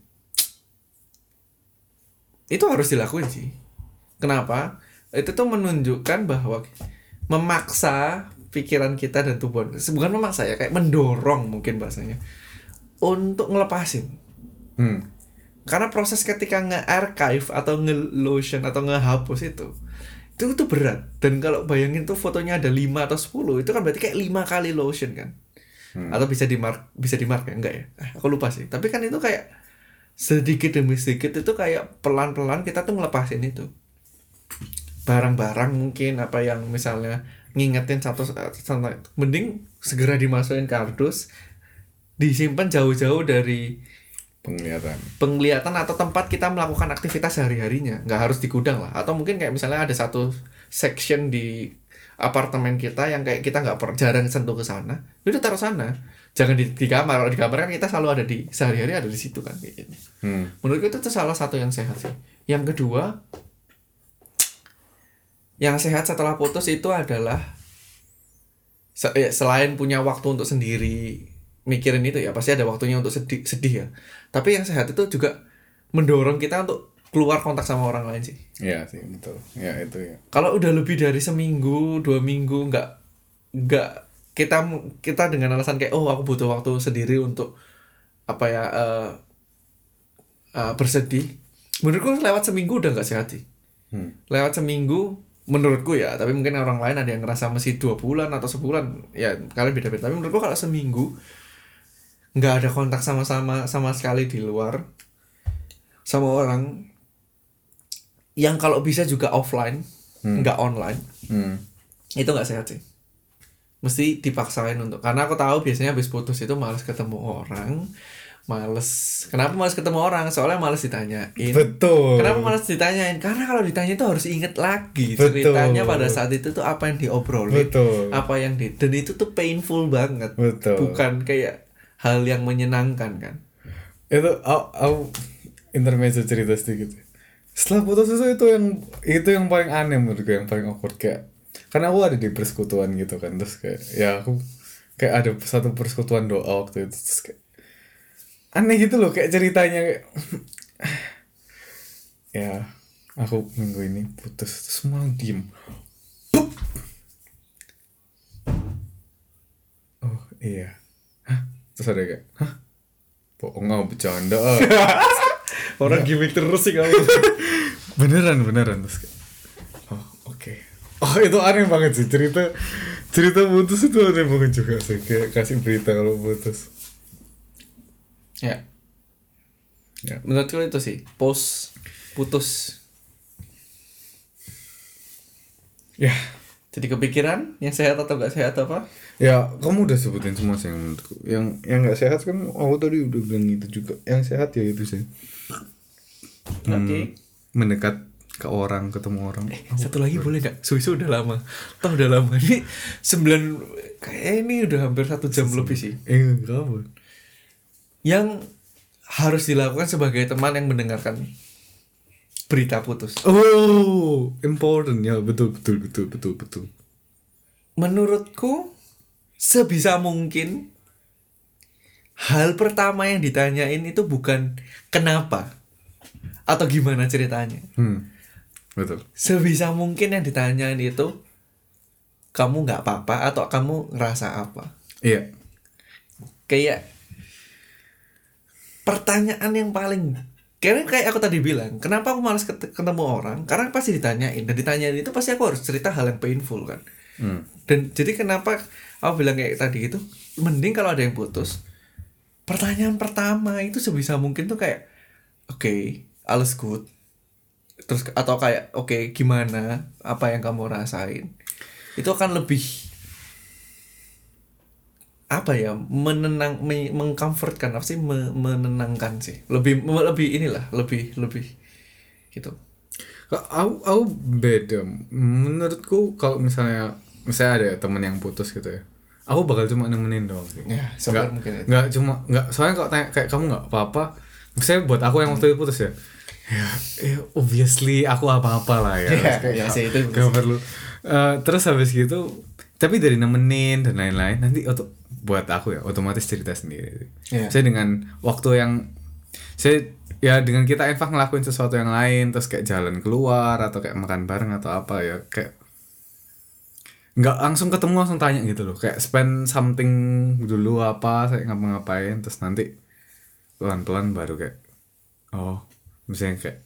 itu harus dilakuin sih. Kenapa? Itu tuh menunjukkan bahwa memaksa pikiran kita dan tubuh, bukan memaksa ya, kayak mendorong mungkin bahasanya untuk ngelepasin. Hmm. Karena proses ketika nge-archive atau nge-lotion atau ngehapus itu itu tuh berat. Dan kalau bayangin tuh fotonya ada lima atau sepuluh, itu kan berarti kayak lima kali lotion kan. Hmm. Atau bisa di mark bisa di mark ya enggak ya? Eh, aku lupa sih. Tapi kan itu kayak sedikit demi sedikit itu kayak pelan-pelan kita tuh ngelepasin itu. Barang-barang mungkin apa yang misalnya ngingetin satu satu mending segera dimasukin kardus, disimpan jauh-jauh dari Penglihatan. penglihatan atau tempat kita melakukan aktivitas sehari-harinya. Nggak harus di gudang lah, atau mungkin kayak misalnya ada satu section di apartemen kita yang kayak kita nggak pernah jarang sentuh ke sana, udah taruh sana, jangan di, di kamar. Kalau di kamar kan kita selalu ada di sehari-hari ada di situ kan kayak gitu. Hmm. Menurutku itu tuh salah satu yang sehat sih. Yang kedua, yang sehat setelah putus itu adalah se- ya, selain punya waktu untuk sendiri mikirin itu ya, pasti ada waktunya untuk sedih sedih ya. Tapi yang sehat itu juga mendorong kita untuk keluar kontak sama orang lain sih. Iya sih betul. Ya itu ya. Kalau udah lebih dari seminggu, dua minggu nggak nggak kita kita dengan alasan kayak oh aku butuh waktu sendiri untuk apa ya uh, uh, bersedih. Menurutku lewat seminggu udah nggak sehat sih. Hmm. Lewat seminggu menurutku ya, tapi mungkin orang lain ada yang ngerasa masih dua bulan atau sebulan ya, kalian beda-beda. Tapi menurutku kalau seminggu nggak ada kontak sama-sama sama sekali di luar sama orang, yang kalau bisa juga offline, Hmm. nggak online, Hmm. itu nggak sehat sih. Mesti dipaksain untuk, karena aku tahu biasanya habis putus itu malas ketemu orang, males. Kenapa malas ketemu orang? Soalnya malas ditanyain. Betul. Kenapa malas ditanyain? Karena kalau ditanya itu harus inget lagi Betul. ceritanya pada saat itu tuh apa yang diobrolin, Betul. apa yang di, dan itu tuh painful banget. Betul. Bukan kayak hal yang menyenangkan kan. Itu aku, aku intermezzo cerita sedikit. Setelah putus itu itu yang itu yang paling aneh menurutku, yang paling awkward kayak, karena aku ada di persekutuan gitu kan, terus kayak ya aku kayak ada satu persekutuan doa waktu itu, terus kayak aneh gitu loh kayak ceritanya kayak ya aku minggu ini putus, terus semua diem. Pup. Oh iya, hah? Terus ada kayak hah, bohong nggak bercanda ah. Orang gimmick terus sih kamu. beneran beneran terus kayak, oh oke okay. Oh itu aneh banget sih, cerita cerita putus itu aneh banget juga sih, kayak kasih berita kalau putus. Ya. Ya. Menurutku itu sih post putus. Ya. Jadi kepikiran yang sehat atau gak sehat apa? Ya kamu udah sebutin semua sih yang menurutku. Yang yang nggak sehat kan aku tadi udah bilang itu juga. Yang sehat ya itu sih. Oke. Okay. Mendekat ke orang, ketemu orang. Eh, oh, satu lagi boleh nggak? Susu udah lama. Toh udah lama ini sembilan kayak ini udah hampir satu jam lebih sih. Eh, enggak. Yang harus dilakukan sebagai teman yang mendengarkan berita putus. Oh, important ya, betul betul betul betul betul. Menurutku sebisa mungkin hal pertama yang ditanyain itu bukan kenapa atau gimana ceritanya. Hmm. Betul. Sebisa mungkin yang ditanyain itu kamu nggak apa-apa atau kamu ngerasa apa. Iya. Kayak pertanyaan yang paling karena kayak aku tadi bilang, kenapa aku malas ketemu orang? Karena pasti ditanyain dan ditanyain itu pasti aku harus cerita hal yang painful kan. Hmm. Dan jadi kenapa aku bilang kayak tadi gitu, mending kalau ada yang putus, pertanyaan pertama itu sebisa mungkin tuh kayak oke, okay, alles good. Terus atau kayak oke okay, gimana apa yang kamu rasain itu akan lebih apa ya menenang me, mengcomfortkan apa sih me, menenangkan sih lebih lebih inilah lebih lebih gitu. Aku aku beda menurutku kalau misalnya misalnya ada teman yang putus gitu ya, aku bakal cuma nemenin doang sih. Ya, nggak mungkin itu. nggak cuma nggak soalnya kalau tanya kayak kamu nggak apa-apa, misalnya buat aku yang waktu itu putus ya. Ya, ya obviously aku apa-apa lah ya. Ya, kayak ya sih itu. Gak perlu. Uh, terus habis gitu, tapi dari nemenin dan lain-lain nanti untuk buat aku ya otomatis cerita sendiri. Yeah. Saya dengan waktu yang saya ya dengan kita infak ngelakuin sesuatu yang lain terus kayak jalan keluar atau kayak makan bareng atau apa ya kayak nggak langsung ketemu langsung tanya gitu loh, kayak spend something dulu apa saya ngapa-ngapain terus nanti pelan-pelan baru kayak oh misalnya kayak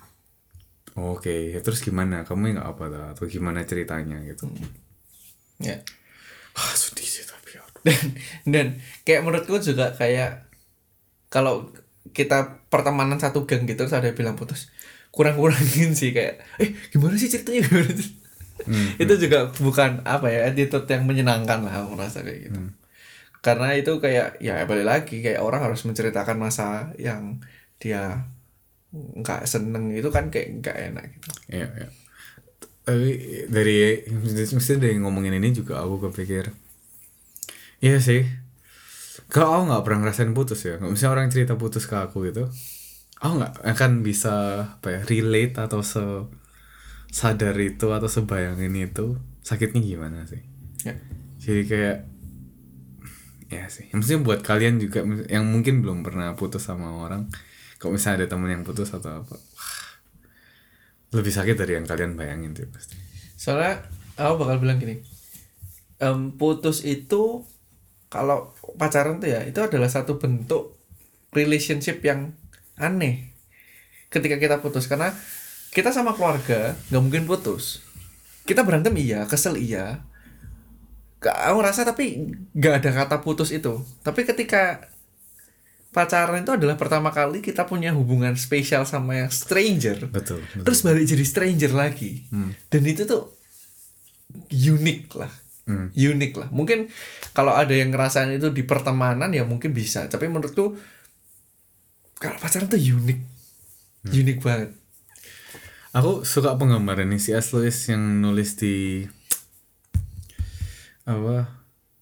oh, oke okay. Ya, terus gimana kamu nggak apa lah atau gimana ceritanya gitu. Ya. Ah sedih sih tapi ya. Dan dan kayak menurutku juga kayak kalau kita pertemanan satu geng gitu terus ada yang bilang putus kurang-kurangin sih kayak eh gimana sih ceritanya gimana sih? Hmm, itu hmm. juga bukan apa ya attitude yang menyenangkan lah aku merasa kayak gitu. Hmm. Karena itu kayak ya balik lagi kayak orang harus menceritakan masa yang dia nggak seneng itu kan kayak nggak enak gitu. Iya, iya. Tapi dari mesti dari ngomongin ini juga aku kepikir iya sih kalau aku nggak pernah ngerasain putus ya, nggak misalnya orang cerita putus ke aku gitu aku nggak akan bisa apa ya relate atau se sadar itu atau sebayangin itu sakitnya gimana sih ya. Jadi kayak ya sih maksudnya buat kalian juga yang mungkin belum pernah putus sama orang, kalau misalnya ada temen yang putus atau apa, lebih sakit dari yang kalian bayangin tuh pasti. Soalnya aku bakal bilang gini, um, putus itu kalau pacaran tuh ya itu adalah satu bentuk relationship yang aneh. Ketika kita putus karena kita sama keluarga nggak mungkin putus. Kita berantem iya, kesel iya. Aku rasa tapi nggak ada kata putus itu. Tapi ketika pacaran itu adalah pertama kali kita punya hubungan spesial sama yang stranger. Betul, betul. Terus balik jadi stranger lagi. Hmm. Dan itu tuh unik lah. Hmm. Unik lah. Mungkin kalau ada yang ngerasain itu di pertemanan ya mungkin bisa. Tapi menurutku kalau pacaran tuh unik. Hmm. Unik banget. Aku suka penggambaran nih si Aslois yang nulis di apa?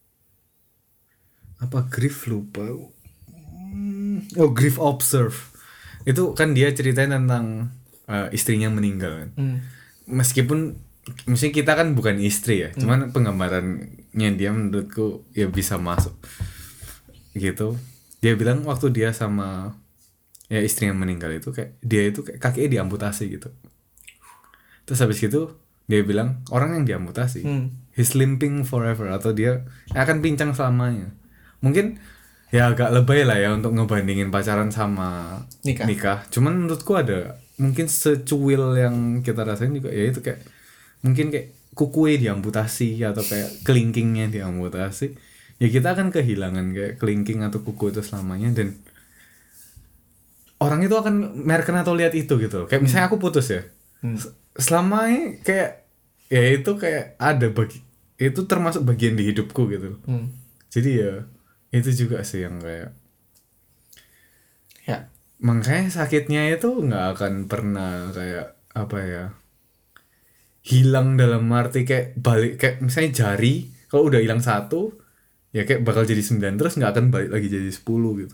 Apa grief lupa. Oh, Grief Observe. Itu kan dia ceritain tentang uh, istrinya meninggal kan. Hmm. Meskipun misalnya kita kan bukan istri ya, hmm. cuman penggambarannya dia menurutku ya bisa masuk. Gitu. Dia bilang waktu dia sama ya istri yang meninggal itu kayak dia itu kayak kakinya diamputasi gitu. Terus habis gitu dia bilang orang yang diamputasi hmm. he's limping forever atau dia akan pincang selamanya. Mungkin ya agak lebay lah ya untuk ngebandingin pacaran sama nikah. nikah. Cuman menurutku ada mungkin secuil yang kita rasain juga ya itu kayak mungkin kayak kukunya diamputasi atau kayak kelingkingnya diamputasi. Ya kita akan kehilangan kayak kelingking atau kuku itu selamanya dan orang itu akan merken atau lihat itu gitu. Kayak misalnya aku putus ya. Hmm. Selamanya kayak ya itu kayak ada bagi itu termasuk bagian di hidupku gitu. Hmm. Jadi ya itu juga sih yang kayak ya makanya sakitnya itu nggak akan pernah kayak apa ya, hilang dalam arti kayak balik kayak misalnya jari kalau udah hilang satu ya kayak bakal jadi sembilan terus nggak akan balik lagi jadi sepuluh gitu.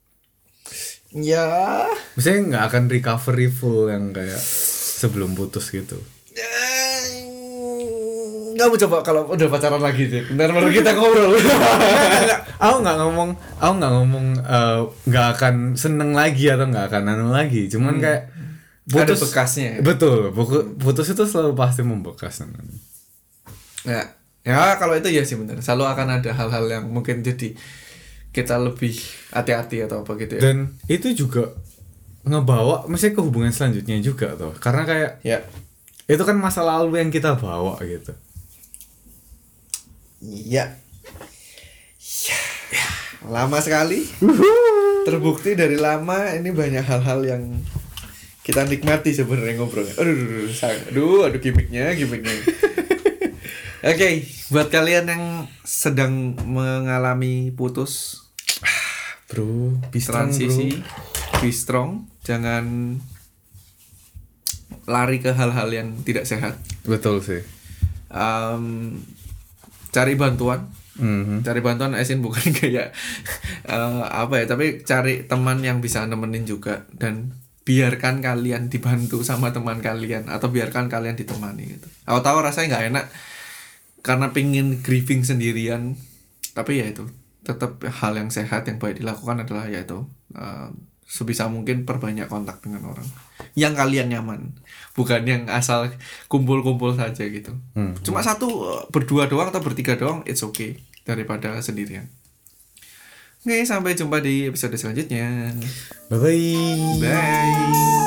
Ya, Misalnya nggak akan recovery full yang kayak sebelum putus gitu. kamu coba kalau udah pacaran lagi deh, bentar baru kita ngobrol. Aku nggak ngomong, aku nggak ngomong eh, nggak akan seneng lagi atau nggak akan anu lagi, cuman Hmm. kayak Ada bekasnya. Betul, buku- putus itu selalu pasti membekas. Ya, ya kalau itu ya sih benar. Selalu akan ada hal-hal yang mungkin jadi kita lebih hati-hati atau apa gitu ya. Dan itu juga ngebawa misalnya ke hubungan selanjutnya juga tuh, karena kayak Ya, itu kan masa lalu yang kita bawa gitu. iya. Ya. Lama sekali. Terbukti dari lama ini banyak hal-hal yang kita nikmati sebenarnya ngobrolnya. Aduh, aduh, aduh, sayang. aduh, aduh gimmicknya, gimmicknya. Oke, buat kalian yang sedang mengalami putus, Bro, be strong, transisi, bro. be strong, jangan lari ke hal-hal yang tidak sehat. Betul sih. Um, cari bantuan, Mhm. cari bantuan asin bukan kayak eh, apa ya, tapi cari teman yang bisa nemenin juga dan biarkan kalian dibantu sama teman kalian atau biarkan kalian ditemani gitu. Aku tahu rasanya nggak enak karena pingin grieving sendirian, tapi ya itu tetap hal yang sehat yang baik dilakukan adalah yaitu uh, sebisa mungkin perbanyak kontak dengan orang yang kalian nyaman, bukan yang asal kumpul-kumpul saja gitu. Hmm. Cuma satu, uh, berdua doang atau bertiga doang it's okay daripada sendirian. Oke, sampai jumpa di episode selanjutnya. Bye bye. Bye.